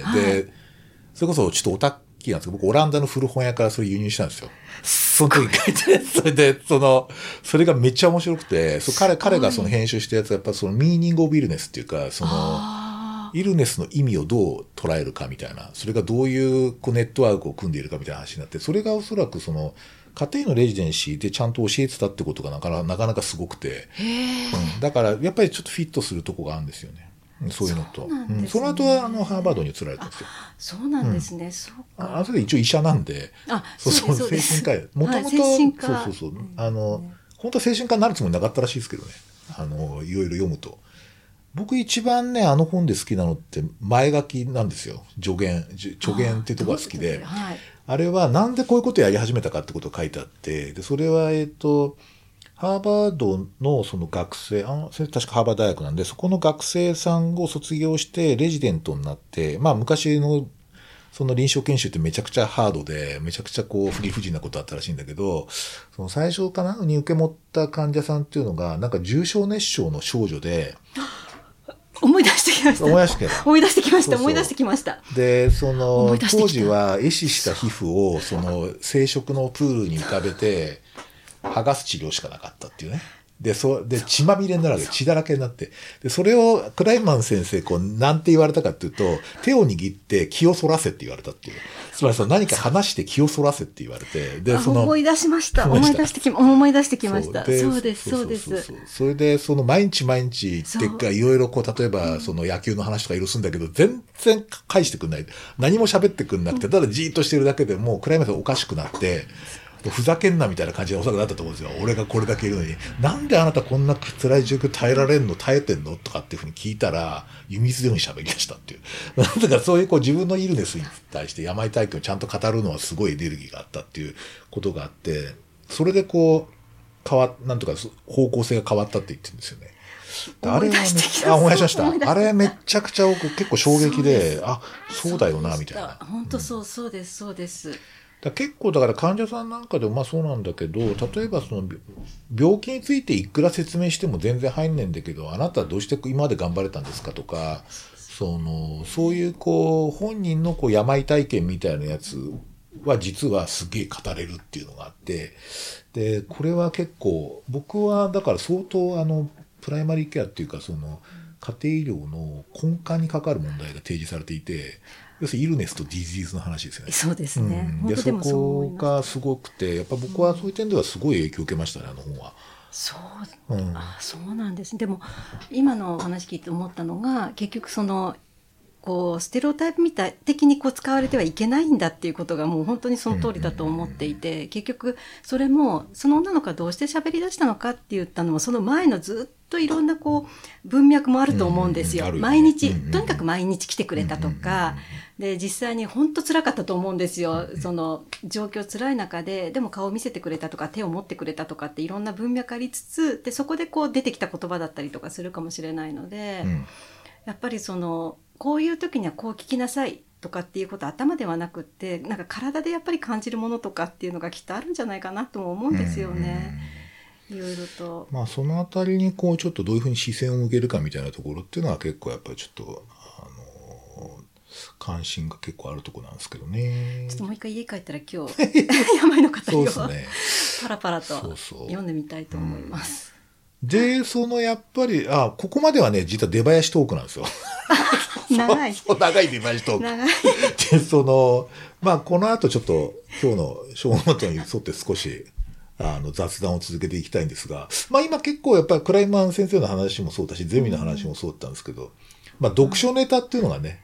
で、それこそちょっとオタッキーなんですけど、僕オランダの古本屋からそれ輸入したんですよ。その時書いて、それで、それがめっちゃ面白くて、彼が編集したやつはやっぱミーニングオブイルネスっていうか、イルネスの意味をどう捉えるかみたいな、それがどういうネットワークを組んでいるかみたいな話になって、それがおそらく家庭のレジデンシーでちゃんと教えてたってことがなかなかすごくて、だからやっぱりちょっとフィットするとこがあるんですよね。そういうのと。その後はハーバードに移られたんですよ。 そうなんですね。そうか。 それで一応医者なんで、そう精神科医。もともと、そう。本当は精神科になるつもりなかったらしいですけどね。いろいろ読むと。僕一番ね、本で好きなのって前書きなんですよ。助言っていうところが好きで。あれはなんでこういうことをやり始めたかってことが書いてあって、で、それはハーバードの学生、それ確かハーバード大学なんで、そこの学生さんを卒業してレジデントになって、昔の臨床研修ってめちゃくちゃハードで、めちゃくちゃ不理不尽なことあったらしいんだけど、最初かなに受け持った患者さんっていうのが、なんか重症熱傷の少女で、 思い出してきました。思い出してきました。 で、当時は壊死した皮膚を、生殖のプールに浮かべて、剥がす治療しかなかったっていうね。で、血まみれになるわけ。血だらけになって。で、それをクライマン先生、なんて言われたかっていうと、手を握って気をそらせって言われたっていう。つまり何か話して気をそらせって言われて。で、 思い出しました。思い出してきました。そうです。 それで、毎日ってか、いろいろ例えば、野球の話とかいろいろするんだけど、全然返してくんない。何も喋ってくんなくて、ただじーっとしてるだけでもうクライマン先生おかしくなって、ふざけんなみたいな感じでおそらくなったと思うんですよ。俺がこれだけいるのに。なんであなたこんな辛い状況耐えてんのとかっていうふうに聞いたら、湯水のように喋り出したっていう。だからそういう自分のイルネスに対して病体験をちゃんと語るのはすごいエネルギーがあったっていうことがあって、それでなんとか方向性が変わったって言ってるんですよね。 思い出しました。あれめちゃくちゃ結構衝撃で、そうだよな、みたいな。 本当そうです。 結構だから患者さんなんかでもそうなんだけど、例えば病気についていくら説明しても全然入んねんだけど、あなたはどうして今まで頑張れたんですかとか、そういう本人の病体験みたいなやつは実はすげえ語れるっていうのがあって、で、これは結構、僕はだから相当プライマリーケアっていうか家庭医療の根幹に関わる問題が提示されていて、要するにイルネスとディジーズの話ですよね。 そうですね。 でそこがすごくて、やっぱ僕はそういう点ではすごい影響を受けましたね、本は。 そうなんです。でも今のお話聞いて思ったのが、結局こうステレオタイプみたい的にこう使われてはいけないんだっていうことがもう本当にその通りだと思っていて、結局それもその女の子がどうして喋り出したのかって言ったのもその前のずっといろんなこう文脈もあると思うんですよ。毎日とにかく毎日来てくれたとかで、実際に本当辛かったと思うんですよ。その状況辛い中ででも顔を見せてくれたとか手を持ってくれたとかっていろんな文脈ありつつで、そこでこう出てきた言葉だったりとかするかもしれないので、やっぱりそのこういう時にはこう聞きなさいとかっていうことは頭ではなくって、なんか体でやっぱり感じるものとかっていうのがきっとあるんじゃないかなとも思うんですよね。いろいろと。 まあそのあたりにこうちょっとどういうふうに視線を向けるかみたいなところっていうのは結構やっぱりちょっと関心が結構あるところなんですけどね。 ちょっともう一回家帰ったら今日病の語りをそうですね、 パラパラと読んでみたいと思います。 でそのやっぱりここまではね実は出囃子トークなんですよ。 長い長い出囃子トーク。 長いでそのまあこの後ちょっと今日のショーノートに沿って少し雑談を続けていきたいんですが、まあ今結構やっぱりクライマン先生の話もそうだしゼミの話もそうだったんですけど、まあ読書ネタっていうのがね、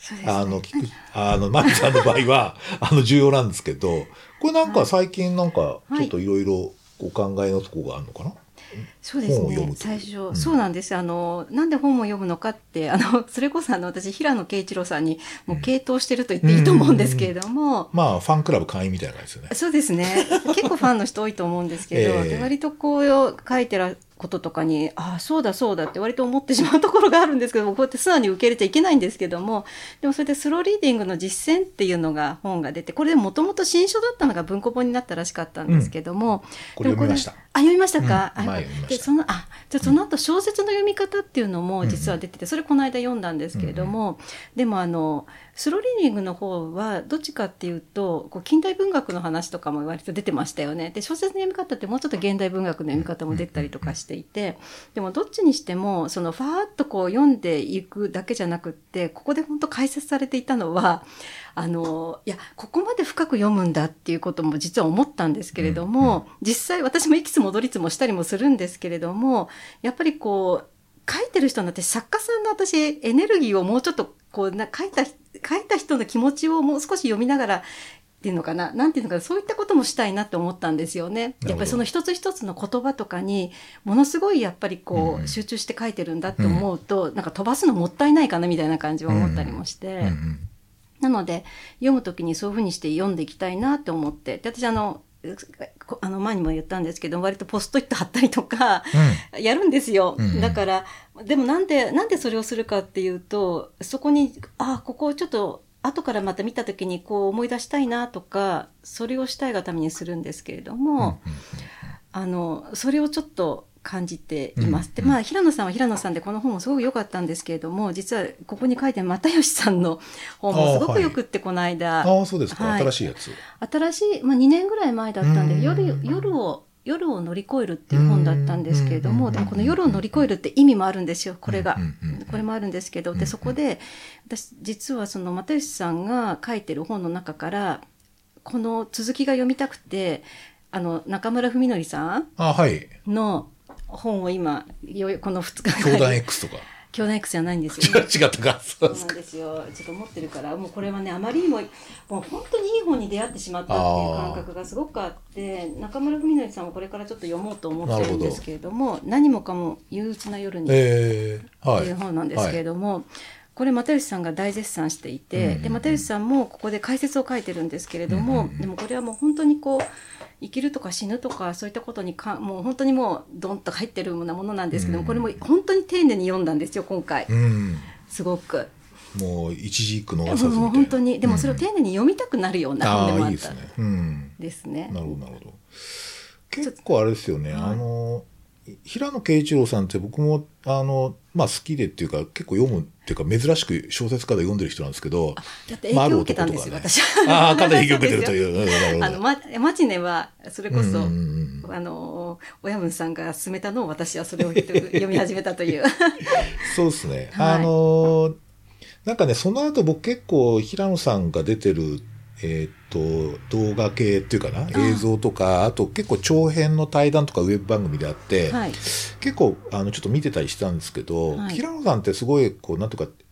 マミさんの場合は重要なんですけど、これなんか最近なんかちょっといろいろお考えのところがあるのかな。 そうですね、最初、そうなんです。なんで本を読むのかってそれこそ私平野啓一郎さんにもう傾倒してると言っていいと思うんですけれども、 まあファンクラブ会員みたいな感じですよね。 そうですね、結構ファンの人多いと思うんですけど、で割とこう書いてることとかにそうだそうだって割と思ってしまうところがあるんですけども、こうやって素直に受け入れちゃいけないんですけども、でもそれでスローリーディングの実践っていうのが本が出て、これでもともと新書だったのが文庫本になったらしかったんですけども、 これ読みました。 読みましたか。 でその後小説の読み方っていうのも実は出てて、それこの間読んだんですけれども、でもスローリーディングの方はどっちかっていうとこう近代文学の話とかも割と出てましたよね。で小説の読み方ってもうちょっと現代文学の読み方も出たりとかしていて、でもどっちにしてもそのファーッとこう読んでいくだけじゃなくって、ここで本当解説されていたのはいやここまで深く読むんだっていうことも実は思ったんですけれども、実際私もいきつ戻りつもしたりもするんですけれども、やっぱりこう書いてる人の私作家さんのエネルギーをもうちょっとこう書いた人の気持ちをもう少し読みながらっていうのかな、なんていうのかな、そういったこともしたいなって思ったんですよね。やっぱりその一つ一つの言葉とかにものすごいやっぱりこう集中して書いてるんだって思うと、なんか飛ばすのもったいないかなみたいな感じは思ったりもして、なので読むときにそういうふうにして読んでいきたいなって思って、で私前にも言ったんですけど割とポストイット貼ったりとか、やるんですよ。だからでもなんでそれをするかっていうと、そこにここをちょっと後からまた見た時にこう思い出したいなとか、それをしたいがためにするんですけれども、それをちょっと感じています。で平野さんは平野さんでこの本もすごく良かったんですけれども、実はここに書いてある又吉さんの本もすごくよくって、この間そうですか、新しいやつ、 新しい、2年ぐらい前だったんで、夜を乗り越えるっていう本だったんですけれども、でもこの夜を乗り越えるって意味もあるんですよ、これもあるんですけど、でそこで私実はその又吉さんが書いてる本の中からこの続きが読みたくて、中村文則さんの本を今この2日教団 X とか教団 X じゃないんですよ、 違ったか。 そうなんですよ。ちょっと持ってるから、もうこれはねあまりにももう本当にいい本に出会ってしまったっていう感覚がすごくあって、中村文則さんもこれからちょっと読もうと思ってるんですけれども、何もかも憂鬱な夜にっていう本なんですけれども、これ又吉さんが大絶賛していて、で又吉さんもここで解説を書いてるんですけれども、でもこれはもう本当にこう生きるとか死ぬとかそういったことにもう本当にもうドンと入ってるようなものなんですけども、これも本当に丁寧に読んだんですよ今回、すごくもう一字一句逃さずみたいな、 もう本当にでもそれを丁寧に読みたくなるような本でもあったですね。 なるほどなるほど。結構あれですよね、平野啓一郎さんって僕も好きでっていうか結構読むっていうか珍しく小説家で読んでる人なんですけだって影響を受けたんですよ、私は。かなり影響を受けてるという。 マチネはそれこそ親分さんが勧めたのを私はそれを読み始めたというそうですね、なんかねその後僕結構平野さんが出てる動画系っていうかな、映像とか、あと結構長編の対談とかウェブ番組であって、結構ちょっと見てたりしたんですけど、平野さんってすごいこうなんとか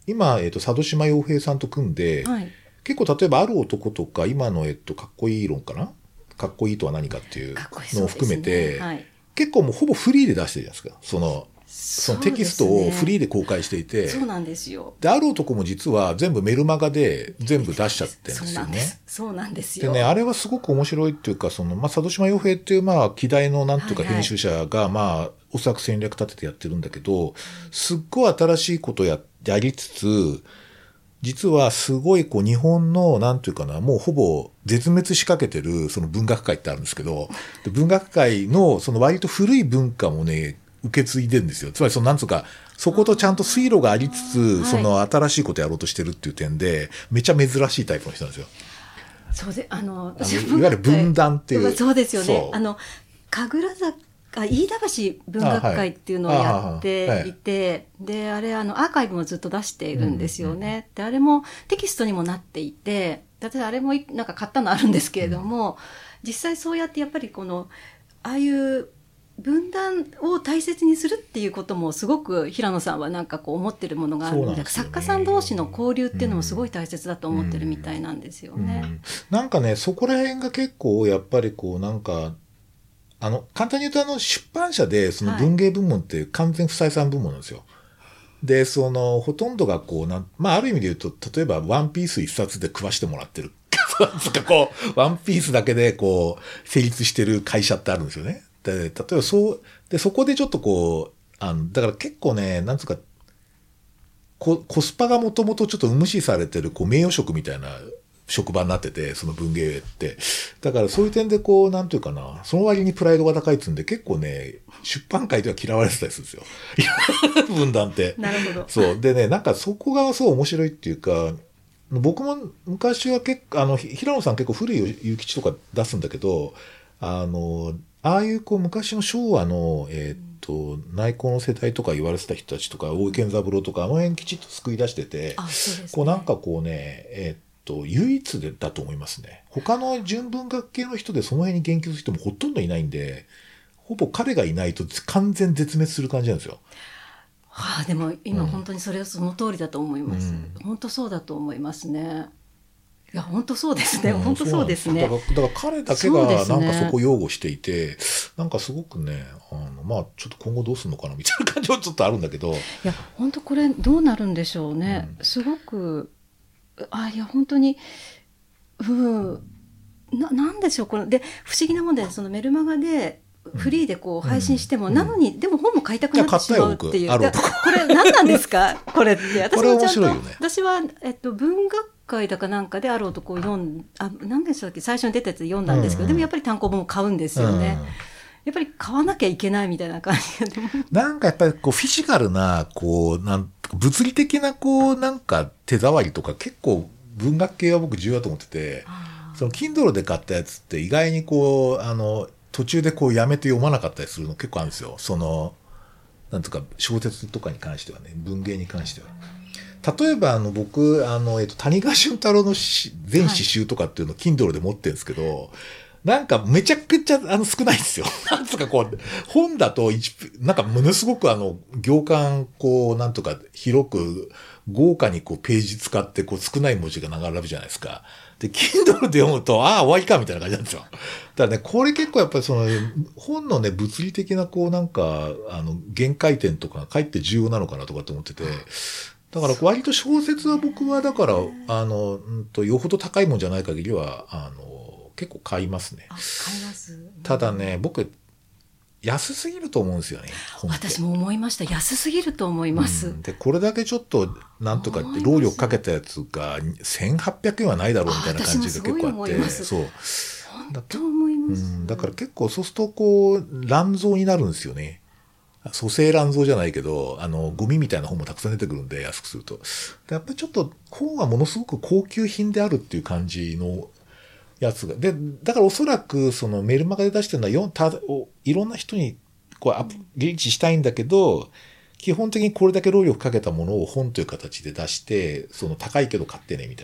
今、佐渡島洋平さんと組んで、 はい、 結構例えばある男とか、今の、かっこいい論かな、かっこいいとは何かっていうのを含めて、はい、結構もうほぼフリーで出してるじゃないですか。そのテキストをフリーで公開していて、 そうなんですよ。 で、ある男も実は全部メルマガで全部出しちゃってるんですよね。 そうなんですよ。 でね、あれはすごく面白いっていうか、佐渡島洋平っていう、希代のなんとか編集者が、おそらく戦略立ててやってるんだけど、すっごい新しいことやりつつ、実はすごい日本の、なんていうかな、もうほぼ絶滅しかけてる、その文学界ってあるんですけど、文学界のその割と古い文化もね、受け継いでるんですよ。つまりなんつうか、そことちゃんと水路がありつつ、その新しいことやろうとしてるっていう点で、めちゃ珍しいタイプの人なんですよ。 そうで、いわゆる文壇っていう。 そうですよね。神楽坂、飯田橋文学会っていうのをやっていて、で、あれ、アーカイブもずっと出しているんですよね。で、あれもテキストにもなっていて、例えばあれもなんか買ったのあるんですけれども、実際そうやってやっぱりああいう分断を大切にするっていうこともすごく平野さんはなんか思ってるものがあるので、作家さん同士の交流っていうのもすごい大切だと思ってるみたいなんですよね。 なんかね、そこら辺が結構やっぱりなんか、簡単に言うと出版社でその文芸部門って完全不採算部門なんですよ。で、ほとんどがある意味で言うと、例えばワンピース一冊で食わしてもらってる。ワンピースだけで成立してる会社ってあるんですよね。で、例えばそこでちょっとだから結構ね、なんつうか、コスパがもともとちょっと無視されてる名誉職みたいな職場になってて、その文芸って。だからそういう点でなんていうかな、その割にプライドが高いっつうんで、結構ね、出版界では嫌われてたりするんですよ。文壇って。 なるほど。 そう。でね、なんかそこがそう面白いっていうか、僕も昔は結構、平野さん結構古い諭吉とか出すんだけど、ああいう昔の昭和の、内向の世代とか言われてた人たちとか、大井健三郎とか、あの辺きちっと救い出してて、なんか唯一だと思いますね。他の純文学系の人でその辺に言及する人もほとんどいないんで、ほぼ彼がいないと完全絶滅する感じなんですよ。 でも今本当にそれはその通りだと思います。本当そうだと思いますね。いや本当そうですね。本当そうですね。 だから彼だけがなんかそこを擁護していて、なんかすごくね、ちょっと今後どうするのかなみたいな感じはちょっとあるんだけど。いや本当これどうなるんでしょうね。すごくいや本当になんでしょうこれで不思議なもんでそのメルマガで。フリーで配信しても、なのにでも本も買いたくなってしまうっていう。これ何なんですかこれって。私もちゃんと、私は文学会だかなんかである男を何でしたっけ最初に出たやつ読んだんですけど、でもやっぱり単行本を買うんですよね。やっぱり買わなきゃいけないみたいな感じで。 なんかやっぱりフィジカルな物理的ななんか手触りとか結構文学系は僕重要だと思ってて、その Kindle で買ったやつって意外に途中でやめて読まなかったりするの結構あるんですよ。なんとか小説とかに関してはね、文芸に関しては。例えば僕、谷川俊太郎の全詩集とかっていうのを Kindle で持ってるんですけど、なんかめちゃくちゃ少ないんですよ。なんとか本だとなんかものすごく行間なんとか広く豪華にページ使って少ない文字が並ぶじゃないですか。で、Kindle で読むと、終わりかみたいな感じなんですよ。だからね、これ結構やっぱり本のね、物理的ななんか、限界点とかかえって重要なのかなとかって思ってて、だから割と小説は僕はだから、よほど高いもんじゃない限りは、結構買いますね。 買います。 ただね、僕、安すぎると思うんですよね。 私も思いました。安すぎると思います。 で、これだけちょっと、なんとかって労力かけたやつが1800円はないだろうみたいな感じが結構あって。そう。 本当思います。 だから結構そうすると乱造になるんですよね。蘇生乱造じゃないけど、ゴミみたいな本もたくさん出てくるんで、安くすると。やっぱりちょっと本はものすごく高級品であるっていう感じのやつが。で、だからおそらくそのメルマガで出してるのはいろんな人にリーチしたいんだけど、基本的にこれだけ労力かけたものを本という形で出して、高いけど買ってねみたいな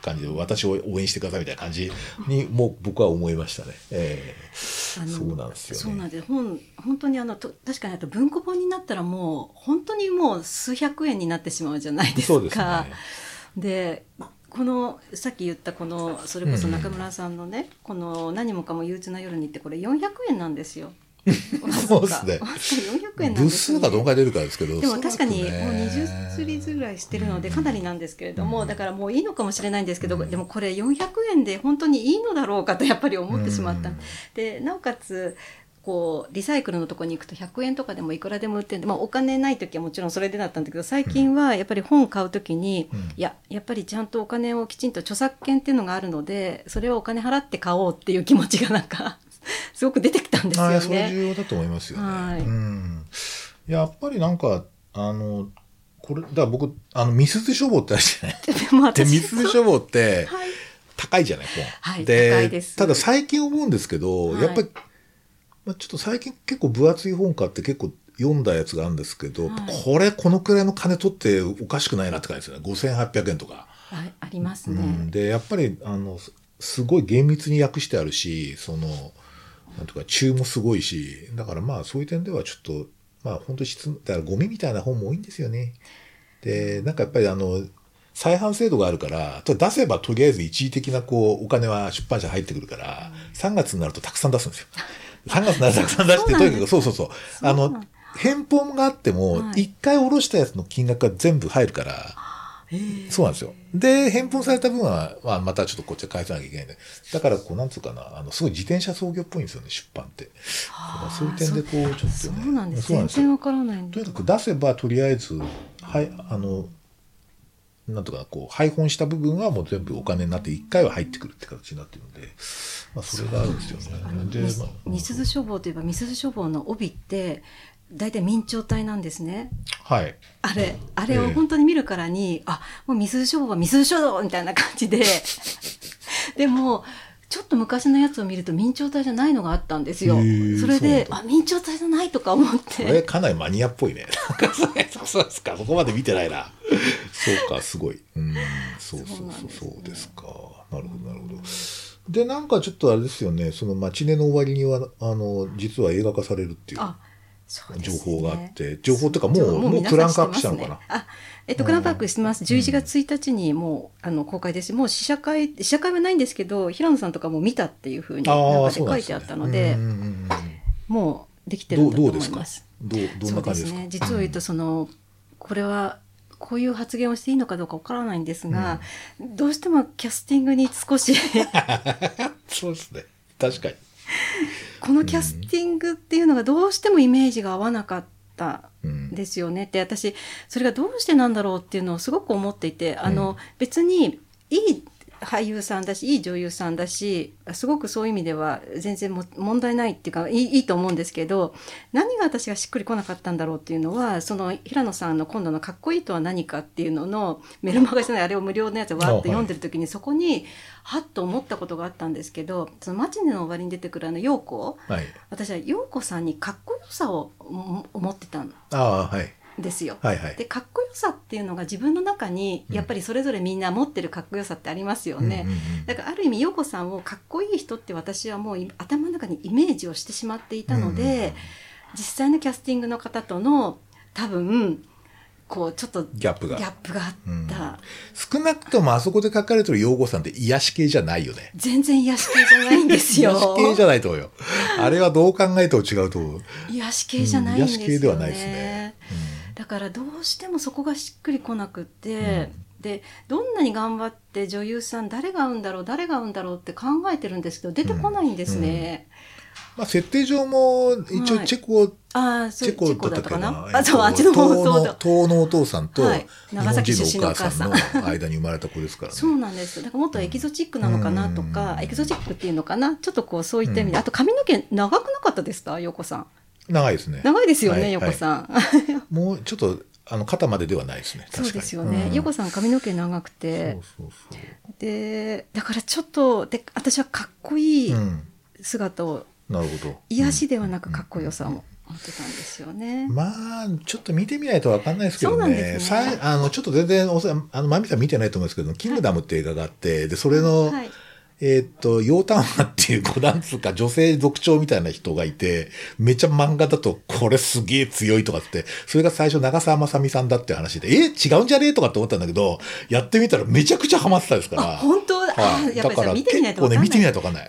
感じで私を応援してくださいみたいな感じにもう僕は思いましたね。そうなんですよね。 そうなんです。本当に確かに文庫本になったらもう本当にもう数百円になってしまうじゃないですか。 そうですね。 でこのさっき言ったこのそれこそ中村さんのね、この何もかも憂鬱な夜にってこれ400円なんですよ。 そうですね。 400円なんですよね。 部数がどのくらい出るかですけど、 でも確かにもう20シリーズぐらいしてるのでかなりなんですけれども、だからもういいのかもしれないんですけど、でもこれ400円で本当にいいのだろうかとやっぱり思ってしまった。でなおかつこうリサイクルのところに行くと100円とかでもいくらでも売ってるんで、お金ない時はもちろんそれでだったんだけど、最近はやっぱり本買う時に、やっぱりちゃんとお金をきちんと著作権っていうのがあるので、それはお金払って買おうっていう気持ちがなんかすごく出てきたんですよね。 それ重要だと思いますよね。やっぱりなんかこれだから僕みすゞ書房ってあるじゃない。でみすゞ書房って高いじゃない、 はい、 で高いです。 ただ最近思うんですけど、やっぱりちょっと最近結構分厚い本買って結構読んだやつがあるんですけど、このくらいの金取っておかしくないなって感じですよね。5800円とかありますね。 でやっぱりすごい厳密に訳してあるし、なんとか中もすごいし、だからそういう点ではちょっと本当にだからゴミみたいな本も多いんですよね。でなんかやっぱり再販制度があるから出せばとりあえず一時的なお金は出版社入ってくるから、3月になるとたくさん出すんですよ。3月になるとたくさん出して、とにかくそう返本があっても1回下ろしたやつの金額が全部入るから、そうなんですよ。で返本された分は、またちょっとこっちで返さなきゃいけないんで、だからなんつうかな、すごい自転車操業っぽいんですよね、出版って。そういう点でちょっとね。 そうなんです。全然わからないんとにかく出せばとりあえずなんとか配本した部分はもう全部お金になって1回は入ってくるって形になってるので、それがあるんですよね。 みすゞ書房といえばみすゞ書房の帯って大体明朝体なんですね。 はい。 あれを本当に見るからに、もうみすゞ書房はみすゞ書道みたいな感じででもちょっと昔のやつを見ると明朝体じゃないのがあったんですよ。それで明朝体じゃないとか思って。 これかなりマニアっぽいね。そうですか。そこまで見てないな。そうか、すごい。そうですか。なるほどなるほど。でなんかちょっとあれですよね。そのマチネの終わりには実は映画化されるっていう情報があって、情報っていうかもうクランクアップしたのかな。 クランクアップしてます。11月1日にもう公開ですし、もう試写会はないんですけど、平野さんとかも見たっていうふうに中で書いてあったので、もうできてるんだと思います。 どんな感じですか。 実を言うとこれはこういう発言をしていいのかどうかわからないんですが、どうしてもキャスティングに少しそうですね、確かにこのキャスティングっていうのがどうしてもイメージが合わなかったですよねって、私それがどうしてなんだろうっていうのをすごく思っていて、別にいい俳優さんだしいい女優さんだし、すごくそういう意味では全然問題ないっていうかいいと思うんですけど、何が私がしっくりこなかったんだろうっていうのは、その平野さんの今度のかっこいいとは何かっていうののメルマガじゃない、あれを無料のやつをわーっと読んでる時に、そこにはっと思ったことがあったんですけど、そのマチネの終わりに出てくる陽子、私は陽子さんにかっこよさを思ってたんですよ。でかっこよさっていうのが自分の中にやっぱりそれぞれみんな持ってるかっこよさってありますよね。だからある意味陽子さんをかっこいい人って私はもう頭の中にイメージをしてしまっていたので、実際のキャスティングの方との多分ちょっとギャップがあった、 少なくともあそこで書かれてる陽子さんって癒し系じゃないよね。 全然癒し系じゃないんですよ。 癒し系じゃないと思うよ。あれはどう考えても違うと思う。 癒し系じゃないんですよね。 癒し系ではないですね。 だからどうしてもそこがしっくりこなくって、でどんなに頑張って女優さん誰が合うんだろうって考えてるんですけど出てこないんですね。 設定上も一応チェコだったかな。あっちの東のお父さんと日本人のお母さんの間に生まれた子ですからね。 そうなんです。だからもっとエキゾチックなのかなとか、エキゾチックっていうのかな、ちょっとそういった意味で、あと髪の毛長くなかったですか、陽子さん。 長いですね。 長いですよね、陽子さん。 もうちょっと肩までではないですね。 そうですよね。陽子さん髪の毛長くて、でだからちょっと私はかっこいい姿を、癒しではなくかっこよさをってたんですよね。 まあ、ちょっと見てみないと分かんないですけどね。 そうなんですね。 ちょっと全然マミさん見てないと思うんですけど、キングダムって映画があって、で、それの、 はい、 ヨータンマっていう、なんつうか、女性族長みたいな人がいて、めっちゃ漫画だと、これすげえ強いとかって、それが最初長澤まさみさんだって話で、違うんじゃねえとかって思ったんだけど、やってみたらめちゃくちゃハマってたですから。 本当、 はい、 やっぱり見てみないと分かんない。 だから結構ね、見てみないと分かんない。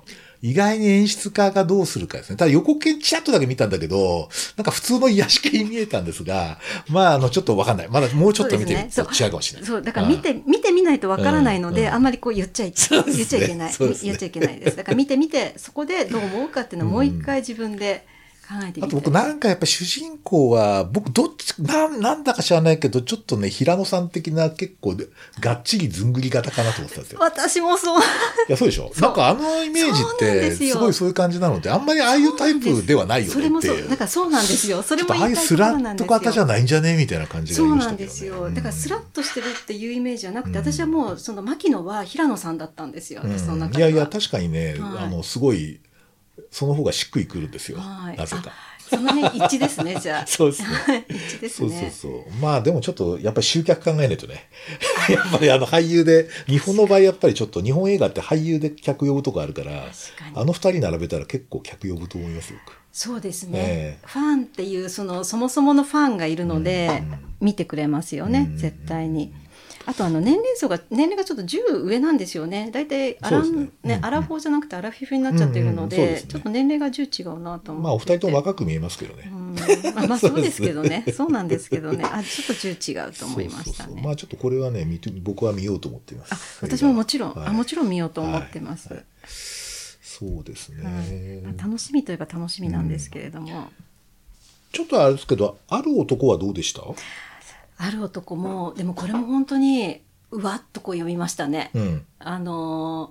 意外に演出家がどうするかですね。ただ予告編チラッとだけ見たんだけど、なんか普通の癒し系に見えたんですが、まあ、ちょっとわかんない。まだもうちょっと見てみると違うかもしれない。 そう、だから見てみないとわからないので、あんまりこう言っちゃいけない。言っちゃいけないです。だから見て、そこでどう思うかっていうのをもう一回自分で考えてみて。 あと僕なんかやっぱ主人公は、僕なんだか知らないけど、ちょっとね、平野さん的な結構がっちりずんぐり型かなと思ってたんですよ。 私もそう。いや、そうでしょ。なんかイメージって、すごいそういう感じなので、あんまりああいうタイプではないよねって。 それもそう。だからそうなんですよ。それもああいうスラッと型じゃないんじゃねみたいな感じがありましたけどね。 そうなんですよ。だからスラッとしてるっていうイメージじゃなくて、私はもう、牧野は平野さんだったんですよ。私の中では。 いや、確かにね、すごい、その方がしっくりくるんですよ。なぜか。 その辺一致ですね、じゃあ。 そうですね。 一致ですね。 そう。まあでもちょっと、やっぱり集客考えないとね。やっぱり俳優で、日本の場合やっぱりちょっと日本映画って俳優で客呼ぶとこあるから、二人並べたら結構客呼ぶと思いますよ。 そうですね。ファンっていう、そもそものファンがいるので、見てくれますよね、絶対に。あと年齢がちょっと10上なんですよね。大体アラフォーじゃなくてアラフィフになっちゃってるので、ちょっと年齢が10違うなと思って。 まあお二人とも若く見えますけどね。 まあそうですけどね。そうなんですけどね。ちょっと10違うと思いましたね。 まあちょっとこれはね、僕は見ようと思っています。 私ももちろん見ようと思ってます。 そうですね。 楽しみといえば楽しみなんですけれども。 ちょっとあれですけど、ある男はどうでした？ ある男も、でもこれも本当にうわっとこう読みましたね。なん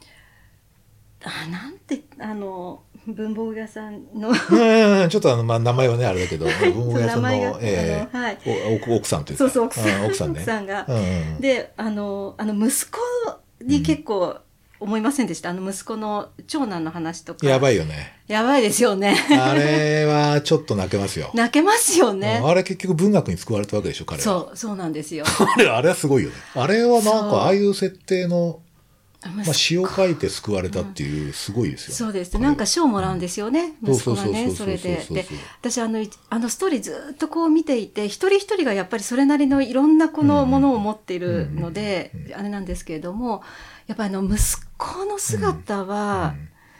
て文房具屋さんのちょっと名前はねあれだけど、文房具屋さんの奥さんというか、 そう奥さんが、で息子に結構思いませんでした。息子の長男の話とか。 やばいよね。 やばいですよね。 あれはちょっと泣けますよ。 泣けますよね。 あれ結局文学に救われたわけでしょ、彼は。 そうなんですよ。 あれはすごいよね。あれはなんかああいう設定の、詩を書いて救われたっていう、すごいですよね。 そうです。なんか賞をもらうんですよね、息子がね、それで。で、私ストーリーずっとこう見ていて、一人一人がやっぱりそれなりのいろんなこのものを持っているので、あれなんですけれども、やっぱり息子の姿は、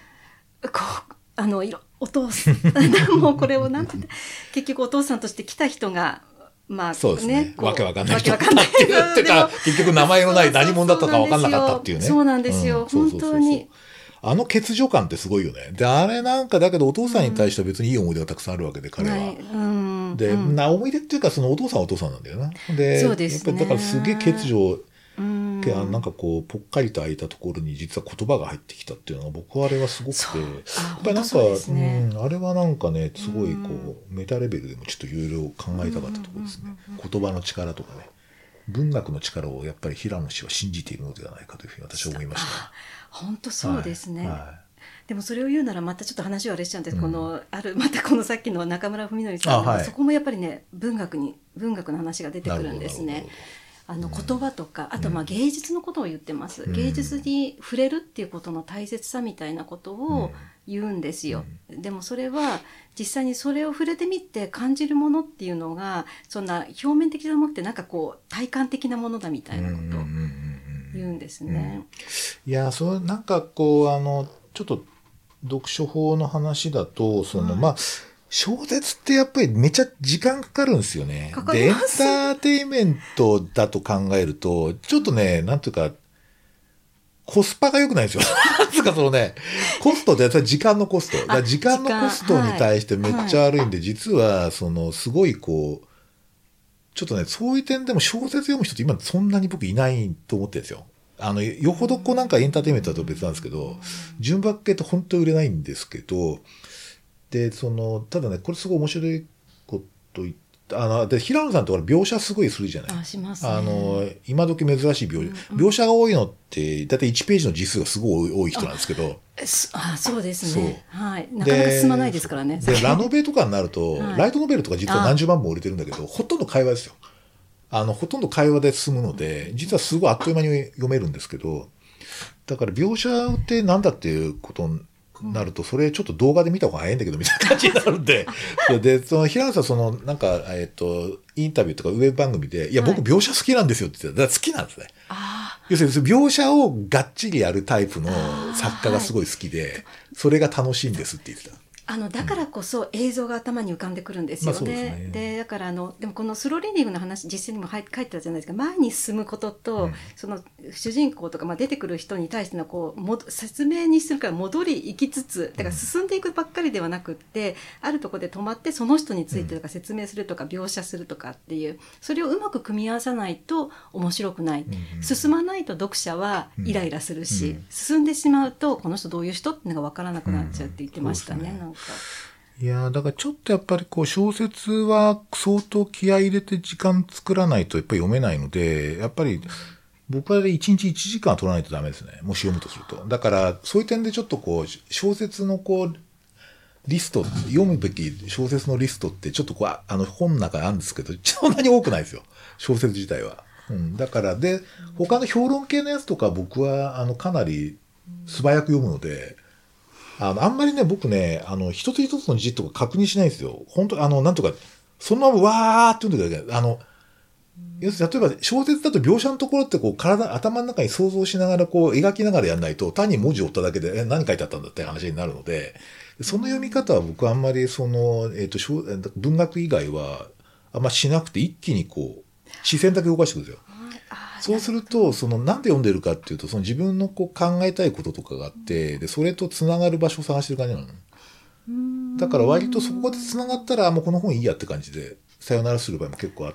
お父さん、もうこれをなんて結局お父さんとして来た人が、まあそうですね。わけわかんない人だったっていうか、結局名前のない何者だったかわかんなかったっていうね。 そうなんですよ。本当に。 欠如感ってすごいよね。で、あれなんかだけどお父さんに対しては別にいい思い出がたくさんあるわけで、彼は。で、思い出っていうかそのお父さんはお父さんなんだよな。で、やっぱりだからすげえ欠如、なんかこうぽっかりと開いたところに実は言葉が入ってきたっていうのは僕はあれはすごくて、やっぱりなんか、あれはなんかねすごいこうメタレベルでもちょっといろいろ考えたかったところですね。言葉の力とかね、文学の力をやっぱり平野氏は信じているのではないかというふうに私は思いました。 本当そうですね。でもそれを言うならまたちょっと話はあれしちゃうんですけど、またこのさっきの中村文則さん、そこもやっぱりね文学の話が出てくるんですね。言葉とか、あと芸術のことを言ってます。芸術に触れるっていうことの大切さみたいなことを言うんですよ。でもそれは実際にそれを触れてみて感じるものっていうのがそんな表面的なものってなんかこう体感的なものだみたいなことを言うんですね。 いや、なんかこうちょっと読書法の話だと小説ってやっぱりめちゃ時間かかるんですよね。で、エンターテインメントだと考えると、ちょっとね、なんていうか、コスパが良くないんですよ。なんつうかコストって時間のコスト。時間のコストに対してめっちゃ悪いんで、実は、すごいこう、ちょっとね、そういう点でも小説読む人って今そんなに僕いないと思ってるんですよ。よほどなんかエンターテインメントだと別なんですけど、純白系って本当に売れないんですけど、で、ただね、これすごい面白いこと言っで、平野さんとか描写すごいするじゃない。 しますね。 今時珍しい描写が多いのって、だいたい1ページの字数がすごい多い人なんですけど。 そうですね。はい。なかなか進まないですからね。 で、ラノベとかになると、ライトノベルとか実は何十万本売れてるんだけど、ほとんど会話ですよ。ほとんど会話で進むので、実はすごいあっという間に読めるんですけど、だから描写ってなんだっていうことになると、それちょっと動画で見た方が早いんだけど、みたいな感じになるんで、で、平野さん、なんか、インタビューとかウェブ番組で、いや、僕描写好きなんですよって言ってた。だから好きなんですね。要するに描写をがっちりやるタイプの作家がすごい好きで、それが楽しいんですって言ってた。 だからこそ映像が頭に浮かんでくるんですよね。で、だからでもこのスローリーディングの話、実践にも書いてたじゃないですか。前に進むことと、その主人公とか、出てくる人に対しての説明にするから戻り行きつつ、だから進んでいくばっかりではなくって、あるところで止まってその人についてとか説明するとか描写するとかっていう、それをうまく組み合わさないと面白くない。進まないと読者はイライラするし、進んでしまうとこの人どういう人っていうのが分からなくなっちゃうって言ってましたね。なんかいやだからちょっとやっぱり小説は相当気合い入れて時間作らないとやっぱり読めないので、やっぱり僕は1日1時間は取らないとダメですね。もし読むとすると。だからそういう点でちょっと小説のリスト、読むべき小説のリストってちょっと本の中にあるんですけど、そんなに多くないですよ。小説自体は。だからで、他の評論系のやつとか僕はかなり素早く読むので、あんまりね、僕ね、一つ一つの字とか確認しないんですよ。本当なんとか、そのままわーって読んでください。要するに、例えば小説だと描写のところって頭の中に想像しながら描きながらやんないと、単に文字を追っただけで、何書いてあったんだって話になるので、その読み方は僕はあんまり文学以外はあんましなくて一気に視線だけ動かしてくるんですよ。そうすると、なんで読んでるかっていうと、自分の考えたいこととかがあって、で、それと繋がる場所を探してる感じなの。だから割とそこで繋がったら、もうこの本いいやって感じで、さよならする場合も結構あって、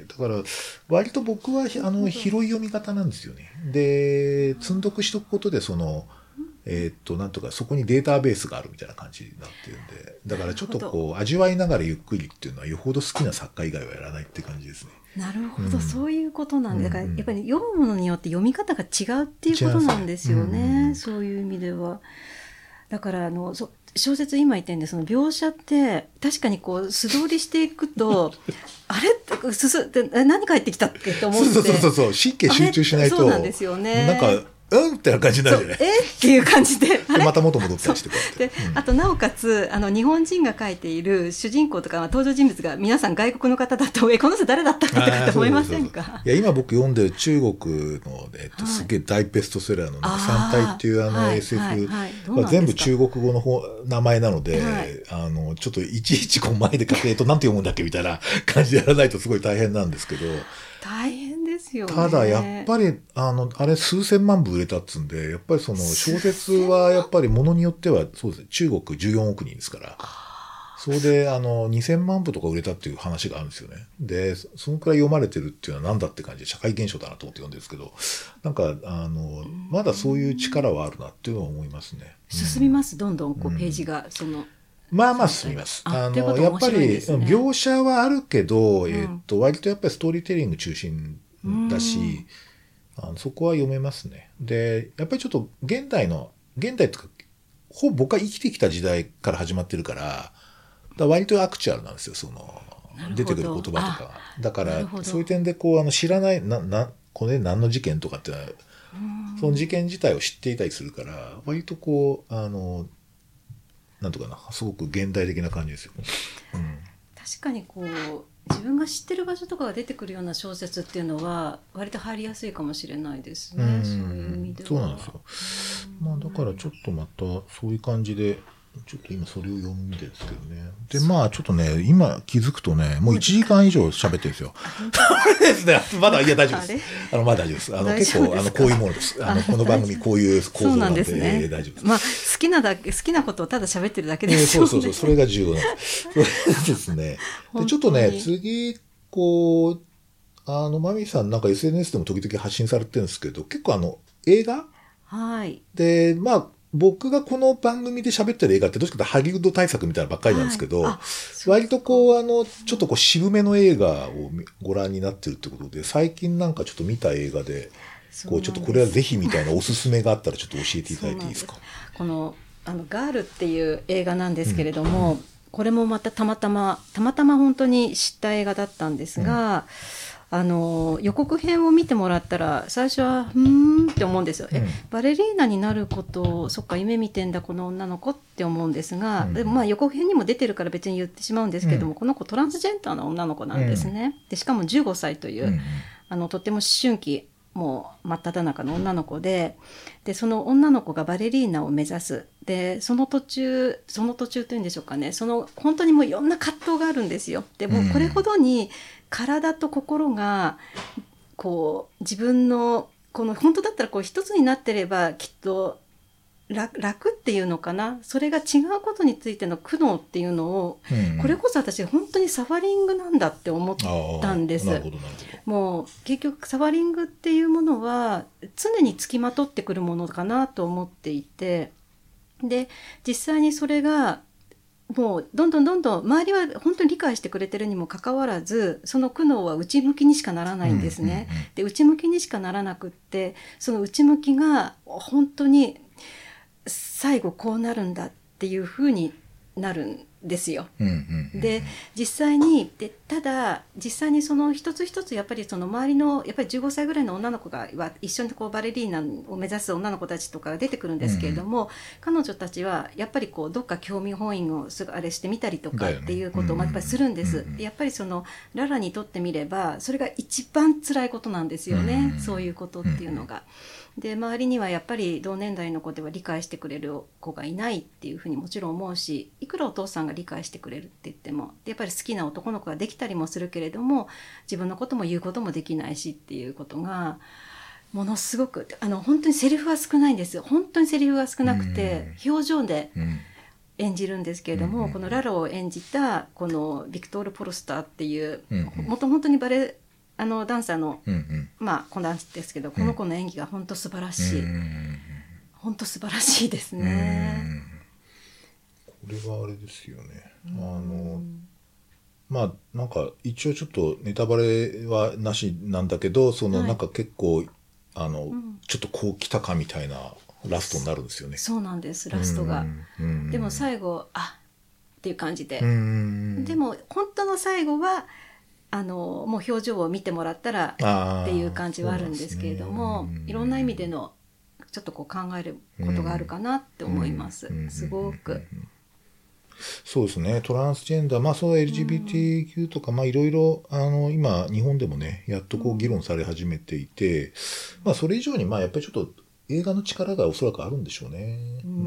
だから割と僕は、広い読み方なんですよね。で、積んどくしとくことで、なんとかそこにデータベースがあるみたいな感じになってるんで、だからちょっと味わいながらゆっくりっていうのはよほど好きな作家以外はやらないって感じですね。 なるほど、そういうことなんで、だからやっぱり読むものによって読み方が違うっていうことなんですよね。そういう意味では。だから小説今言ってんで、その描写って確かに素通りしていくとあれって何帰ってきたっけと思って、 そう神経集中しないと、 そうなんですよね。 なんかってな感じになるじゃない。 っていう感じでまた元戻ったりしてで、あとなおかつ日本人が書いている主人公とか登場人物が皆さん外国の方だとこの人誰だったのとかって思いませんか？ いや今僕読んでる中国の、すげえ大ベストセラーの三体っていうSF は全部中国語の名前なので、ちょっといちいち前で書けなんて読むんだっけみたいな感じでやらないとすごい大変なんですけど。 大変ですよね。 ただやっぱりあれ数千万部売れたっつうんで、やっぱり小説はやっぱりものによってはそうですね、中国14億人ですから、それで2000万部とか売れたっていう話があるんですよね。でそのくらい読まれてるっていうのはなんだって感じで社会現象だなと思って読んでるんですけど、なんかまだそういう力はあるなっていうのは思いますね。 進みます、どんどんページがまあ進みます。やっぱり描写はあるけど、割とやっぱりストーリーテリング中心だし、そこは読めますね。で、やっぱりちょっと現代とか、ほぼ僕が生きてきた時代から始まってるから、割とアクチュアルなんですよ、出てくる言葉とかが。だから、そういう点で知らない、これ何の事件とかってその事件自体を知っていたりするから、割となんとかな、すごく現代的な感じですよ。 確かに自分が知ってる場所とかが出てくるような小説っていうのは割と入りやすいかもしれないですね。そういう意味では。そうなんですよ。 だからちょっとまたそういう感じで。ちょっと今それを読みてるんですけどね。で、ちょっとね、今気づくとね、もう1時間以上喋ってるんですよ。ですね。ま大丈夫です。まだ大丈夫です。結構、こういうものです。この番組こういう構造なんで、大丈夫です。 好きなことをただ喋ってるだけですよね。 そう、それが重要なんです。そうですね。で、ちょっとね、次、マミさんSNS でも時々発信されてるんですけど、結構映画はい。 で、 僕がこの番組で喋ってる映画ってどっちかというとハリウッド大作みたいなのばっかりなんですけど、割とこうちょっとこう渋めの映画をご覧になってるってことで、最近なんかちょっと見た映画でこうちょっとこれはぜひみたいなおすすめがあったらちょっと教えていただいていいですか。 このガールっていう映画なんですけれども、これもまたたまたま本当に知った映画だったんですが、予告編を見てもらったら最初はって思うんですよ。バレリーナになることをそっか夢見てんだこの女の子って思うんですが、でも予告編にも出てるから別に言ってしまうんですけども、この子トランスジェンダーの女の子なんですね。でしかも15歳という、とっても思春期もう真っ只中の女の子で、その女の子がバレリーナを目指す。でその途中というんでしょうかね、本当にもういろんな葛藤があるんですよ。でもこれほどに体と心がこう自分のこの本当だったらこう一つになってればきっと楽っていうのかな、それが違うことについての苦悩っていうのを、これこそ私本当にサファリングなんだって思ったんです。もう結局サファリングっていうものは常につきまとってくるものかなと思っていて、で実際にそれがもうどんどん周りは本当に理解してくれてるにもかかわらず、その苦悩は内向きにしかならないんですね。で内向きにしかならなくって、その内向きが本当に最後こうなるんだっていう風になるんですよ。で実際にただ実際にその一つ一つやっぱりその周りのやっぱり15歳ぐらいの女の子が一緒にこうバレリーナを目指す女の子たちとかが出てくるんですけれども、彼女たちはやっぱりこうどっか興味本位をあれしてみたりとかっていうことをやっぱりするんです。やっぱりそのララにとってみればそれが一番辛いことなんですよね、そういうことっていうのが。で周りにはやっぱり同年代の子では理解してくれる子がいないっていうふうにもちろん思うし、いくらお父さんが理解してくれるって言ってもやっぱり好きな男の子ができたりもするけれども、自分のことも言うこともできないしっていうことがものすごく本当にセリフは少ないんですよ。本当にセリフが少なくて表情で演じるんですけれども、このララを演じたこのビクトール・ポルスターっていう本当にダンサーの、子なんですけど、この子の演技が本当素晴らしい、本当素晴らしいですね。 これはあれですよね。なんか一応ちょっとネタバレはなしなんだけど、なんか結構ちょっとこう来たかみたいなラストになるんですよね。 そうなんです、ラストが。でも最後っていう感じで、でも本当の最後はもう表情を見てもらったらっていう感じはあるんですけれども、いろんな意味でのちょっとこう考えることがあるかなって思います、すごく。 そうですね、トランスジェンダー、そう LGBTQ とか、いろいろ今日本でもねやっとこう議論され始めていて、それ以上にやっぱりちょっと映画の力がおそらくあるんでしょうね。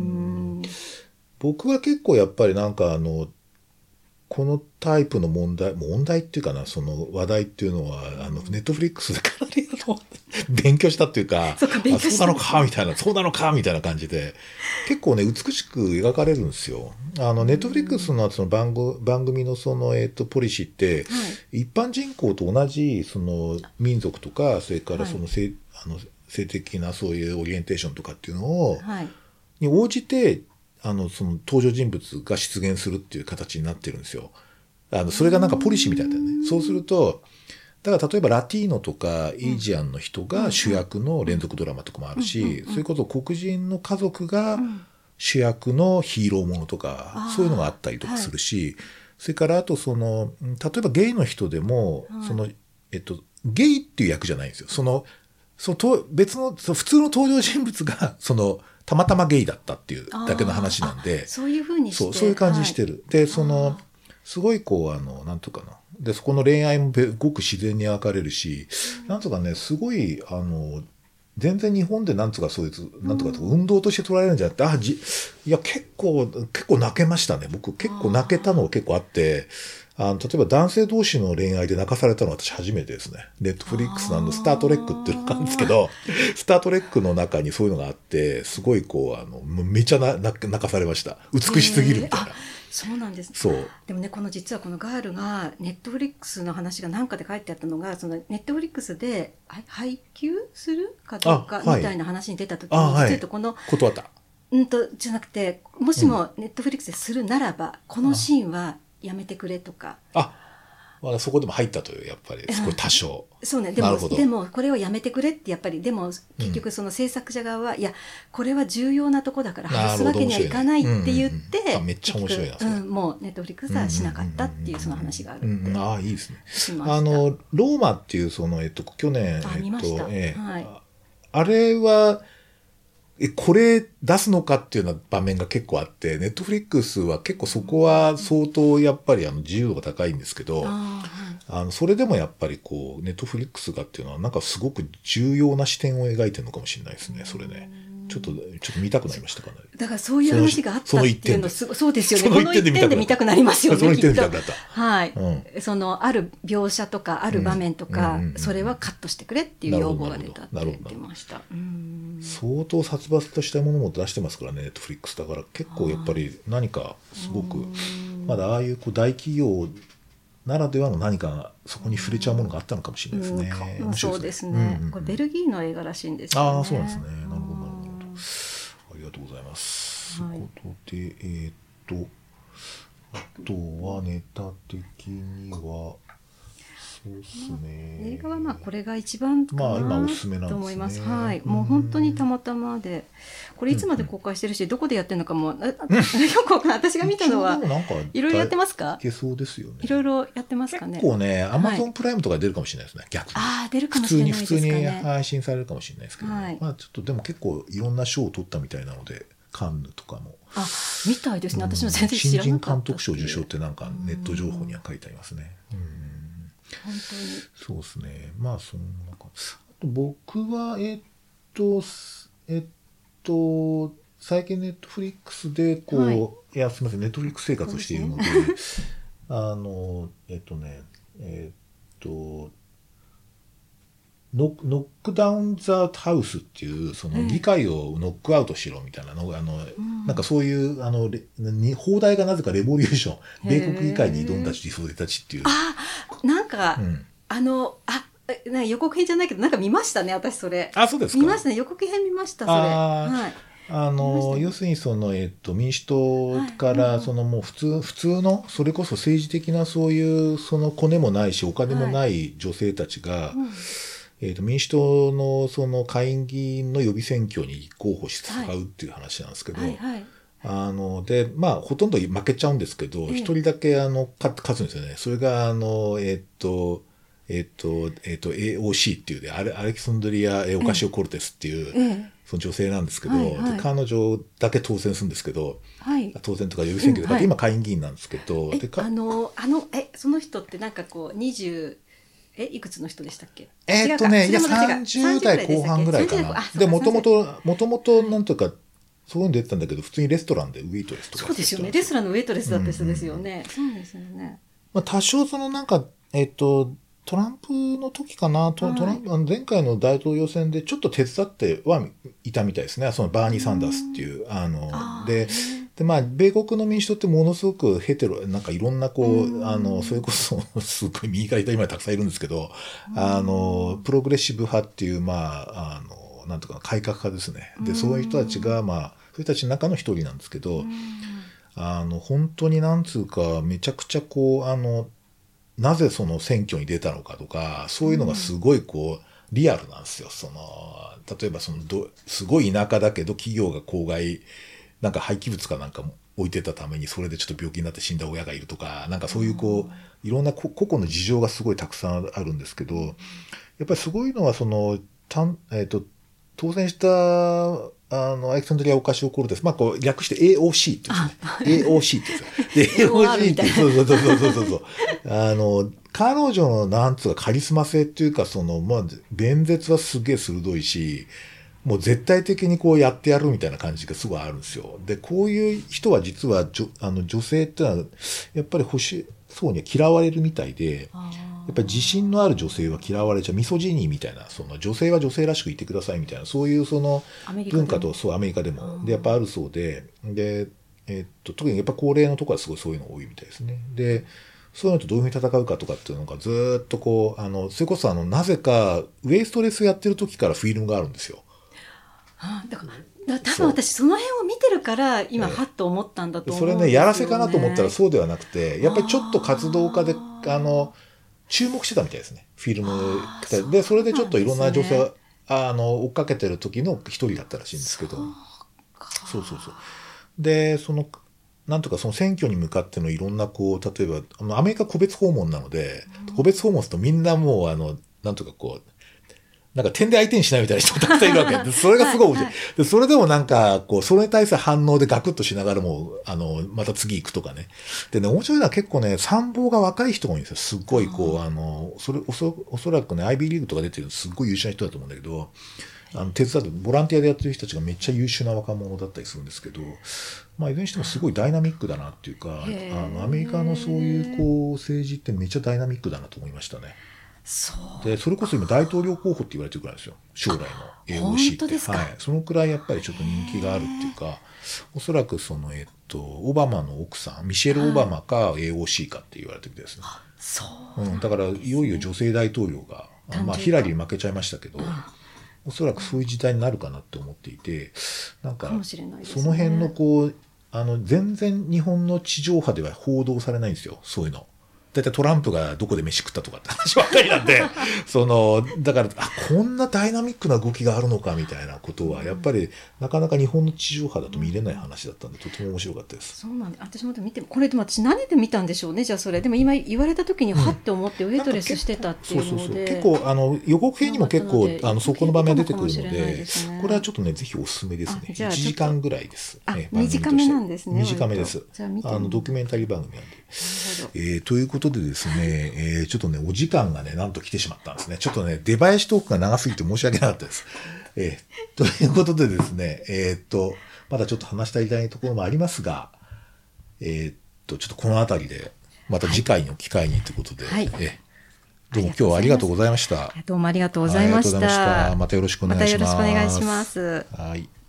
僕は結構やっぱりなんかこのタイプの問題っていうかな、その話題っていうのはネットフリックスでかなり勉強したっていうか、そうなのかみたいな、そうなのかみたいな感じで結構ね美しく描かれるんですよ。ネットフリックスのその番組のポリシーって、一般人口と同じその民族とか、それからその性的なそういうオリエンテーションとかっていうのを、に応じてその登場人物が出現するっていう形になってるんですよ。それがなんかポリシーみたいだよね。そうするとだから例えばラティーノとかエイジアンの人が主役の連続ドラマとかもあるし、そういうこと黒人の家族が主役のヒーローものとか、そういうのがあったりとかするし、それからあと例えばゲイの人でもゲイっていう役じゃないんですよ。別の普通の登場人物がたまたまゲイだったっていうだけの話なんで、 そういう風にしてそういう感じにしてる。ですごいこうなんとかな、でそこの恋愛もごく自然に描かれるし、なんとかねすごい全然日本でなんとかそういうなんとか運動として捉えるんじゃなくて、いや結構泣けましたね。僕結構泣けたのが結構あって、例えば男性同士の恋愛で泣かされたのは私初めてですね。ネットフリックスのスタートレックっていうのがあるんですけど、スタートレックの中にそういうのがあって、すごいこうめちゃ泣かされました。美しすぎるみたいな。 そうなんです。 そうでもね、実はこのガールがネットフリックスの話が何かで書いてあったのが、そのネットフリックスで配給するかどうかみたいな話に出た時に、実はこの断った。 じゃなくて、もしもネットフリックスでするならば、このシーンはやめてくれとか。 まあ、そこでも入ったという、やっぱり、すごい多少。 そうね。でも、これをやめてくれって、やっぱり、でも、結局、その制作者側は、いや、これは重要なとこだから外すわけにはいかないって言って、 めっちゃ面白いな、 もう、ネットフリックスはしなかったっていう、その話があるって。 いいですね。ローマっていう、去年、 見ました。 あれは、これ出すのかっていうような場面が結構あって、ネットフリックスは結構そこは相当やっぱり自由度が高いんですけど、それでもやっぱりこう、ネットフリックスがっていうのはなんかすごく重要な視点を描いてるのかもしれないですね、それね。ちょっと見たくなりましたかなり。 だからそういう話があったっていうのそうですよね。この一点で見たくなりますよね。 その一点で見たくなった。 はい。ある描写とか、ある場面とか、それはカットしてくれっていう要望が出たって言ってました。 相当殺伐としたものも出してますからね、ネットフリックスだから結構やっぱり何かすごく、まだああいう大企業ならではの何かそこに触れちゃうものがあったのかもしれないですね。 そうですね。これベルギーの映画らしいんですよね。 そうなんですね。なるほど。ありがとうございます。ということで、あとはネタ的には、そうですね。 映画はまあこれが一番かな今おすすめなんですね。 と思います。はい。もう本当にたまたまで、これいつまで公開してるし、どこでやってるのかも、よくわかんない。私が見たのは、いろいろやってますか？ いけそうですよね。 いろいろやってますかね。 結構ね、アマゾンプライムとか出るかもしれないですね、逆に。 出るかもしれないですかね。 普通に配信されるかもしれないですけど、まあちょっとでも結構いろんな賞を取ったみたいなので、カンヌとかも。 みたいですね。私も全然知らなかった。 新人監督賞受賞ってなんかネット情報には書いてありますね。 本当に。 そうですね。まあそんな感じ。あと僕は最近ネットフリックスでこう、いやすみません、ネットフリックス生活をしているので、ノックダウン・ザ・ハウスっていうその議会をノックアウトしろみたいなのがなんかそういう放題がなぜかレボリューション米国議会に挑んだ理想たちっていうなんか、予告編じゃないけどなんか見ましたね私それ。 そうですか。 見ましたね、予告編見ましたそれ。 要するに民主党からもう普通のそれこそ政治的なそういうコネもないしお金もない女性たちが、民主党の下院議員の予備選挙に立候補して戦うっていう話なんですけど、でまあほとんど負けちゃうんですけど一人だけ勝つんですよね。それがAOC っていうアレキサンドリア・オカシオ・コルテスっていう、その女性なんですけど、彼女だけ当選するんですけど、当選とか予備選挙で、今下院議員なんですけど、 その人ってなんかこう20いくつの人でしたっけ？ いや30代後半ぐらいかな。でもともとなんとかそういうの出てたんだけど普通にレストランでウェイトレスとか。 そうですよね。レストランのウェイトレスだった人ですよね。そうですよね。 多少なんかトランプの時かな、前回の大統領選でちょっと手伝ってはいたみたいですね。そのバーニー・サンダースっていうでまあ米国の民主党ってものすごくなんかいろんなこうそれこそすごい右から左までたくさんいるんですけどプログレッシブ派っていうなんとか改革派ですね。でそういう人たちがそういう人たちの中の一人なんですけど本当になんつうかめちゃくちゃこうなぜその選挙に出たのかとかそういうのがすごいこうリアルなんですよ。例えばすごい田舎だけど企業が公害なんか廃棄物かなんか置いてたためにそれでちょっと病気になって死んだ親がいるとかなんかそういうこういろんな個々の事情がすごいたくさんあるんですけどやっぱりすごいのは当選したアレキサンドリア・オカシオ・コルテス、こう略して AOC って言うんですね。AOC って言うんですよ。で、AOC って、そう。彼女のなんつうかカリスマ性っていうか、弁舌はすげえ鋭いし、もう絶対的にこうやってやるみたいな感じがすごいあるんですよ。で、こういう人は実は女性ってのは、やっぱりそうに嫌われるみたいで、やっぱり自信のある女性は嫌われちゃうミソジニーみたいな女性は女性らしくいてくださいみたいなそういう文化とアメリカでもでやっぱあるそうで特にやっぱ高齢のところはすごいそういうの多いみたいですね。でそういうのとどういうふうに戦うかとかっていうのがずっとこうそれこそなぜかウエストレスやってる時からフィルムがあるんですよ。 だから多分私その辺を見てるから今はっと思ったんだと思うんですよね。 それねやらせかなと思ったらそうではなくて、やっぱりちょっと活動家で注目してたみたいですね、フィルムで。それでちょっといろんな女性追っかけてる時の一人だったらしいんですけど、そうでなんとかその選挙に向かってのいろんなこう、例えばアメリカ個別訪問なので、個別訪問するとみんなもうなんとかこうなんか点で相手にしないみたいな人がたくさんいるわけで、それがすごい面白い。でそれでもなんかこうそれに対する反応でガクッとしながらもまた次行くとかね。でね、面白いのは結構ね、参謀が若い人が多いんですよ。すっごいこうおそらくね IB リーグとか出てるすっごい優秀な人だと思うんだけど、手伝ってボランティアでやってる人たちがめっちゃ優秀な若者だったりするんですけど、まあいずれにしてもすごいダイナミックだなっていうか、アメリカのそういうこう政治ってめっちゃダイナミックだなと思いましたね。それこそ今大統領候補って言われてるくらいですよ、将来の AOC って。はい、そのくらいやっぱりちょっと人気があるっていうか、おそらくオバマの奥さんミシェル・オバマか AOC かって言われてるですね。だからいよいよ女性大統領が、まあヒラリー負けちゃいましたけど、おそらくそういう時代になるかなって思っていて、なんかその辺のこう全然日本の地上波では報道されないんですよ、そういうの。だいたいトランプがどこで飯食ったとかって話ばっかりなんでだからこんなダイナミックな動きがあるのかみたいなことはやっぱりなかなか日本の地上波だと見れない話だったんで、とても面白かったです。 そうなんで、私も見て、これでも私何で見たんでしょうね。じゃあそれでも今言われた時にはって思ってウェイトレスしてたっていうので、 結構予告編にも結構そこの場面出てくるので、これはちょっとねぜひおすすめですね。1時間ぐらいです。 短めなんですね。 短めです。ドキュメンタリー番組なんで。ということでですね、ちょっとねお時間がねなんと来てしまったんですね。ちょっとね出囃子トークが長すぎて申し訳なかったです。ということでですね、まだちょっと話したいところもありますが、ちょっとこの辺りでまた次回の機会にということで、どうも今日はありがとうございました。 どうもありがとうございました。 またよろしくお願いします。 またよろしくお願いします。 はい。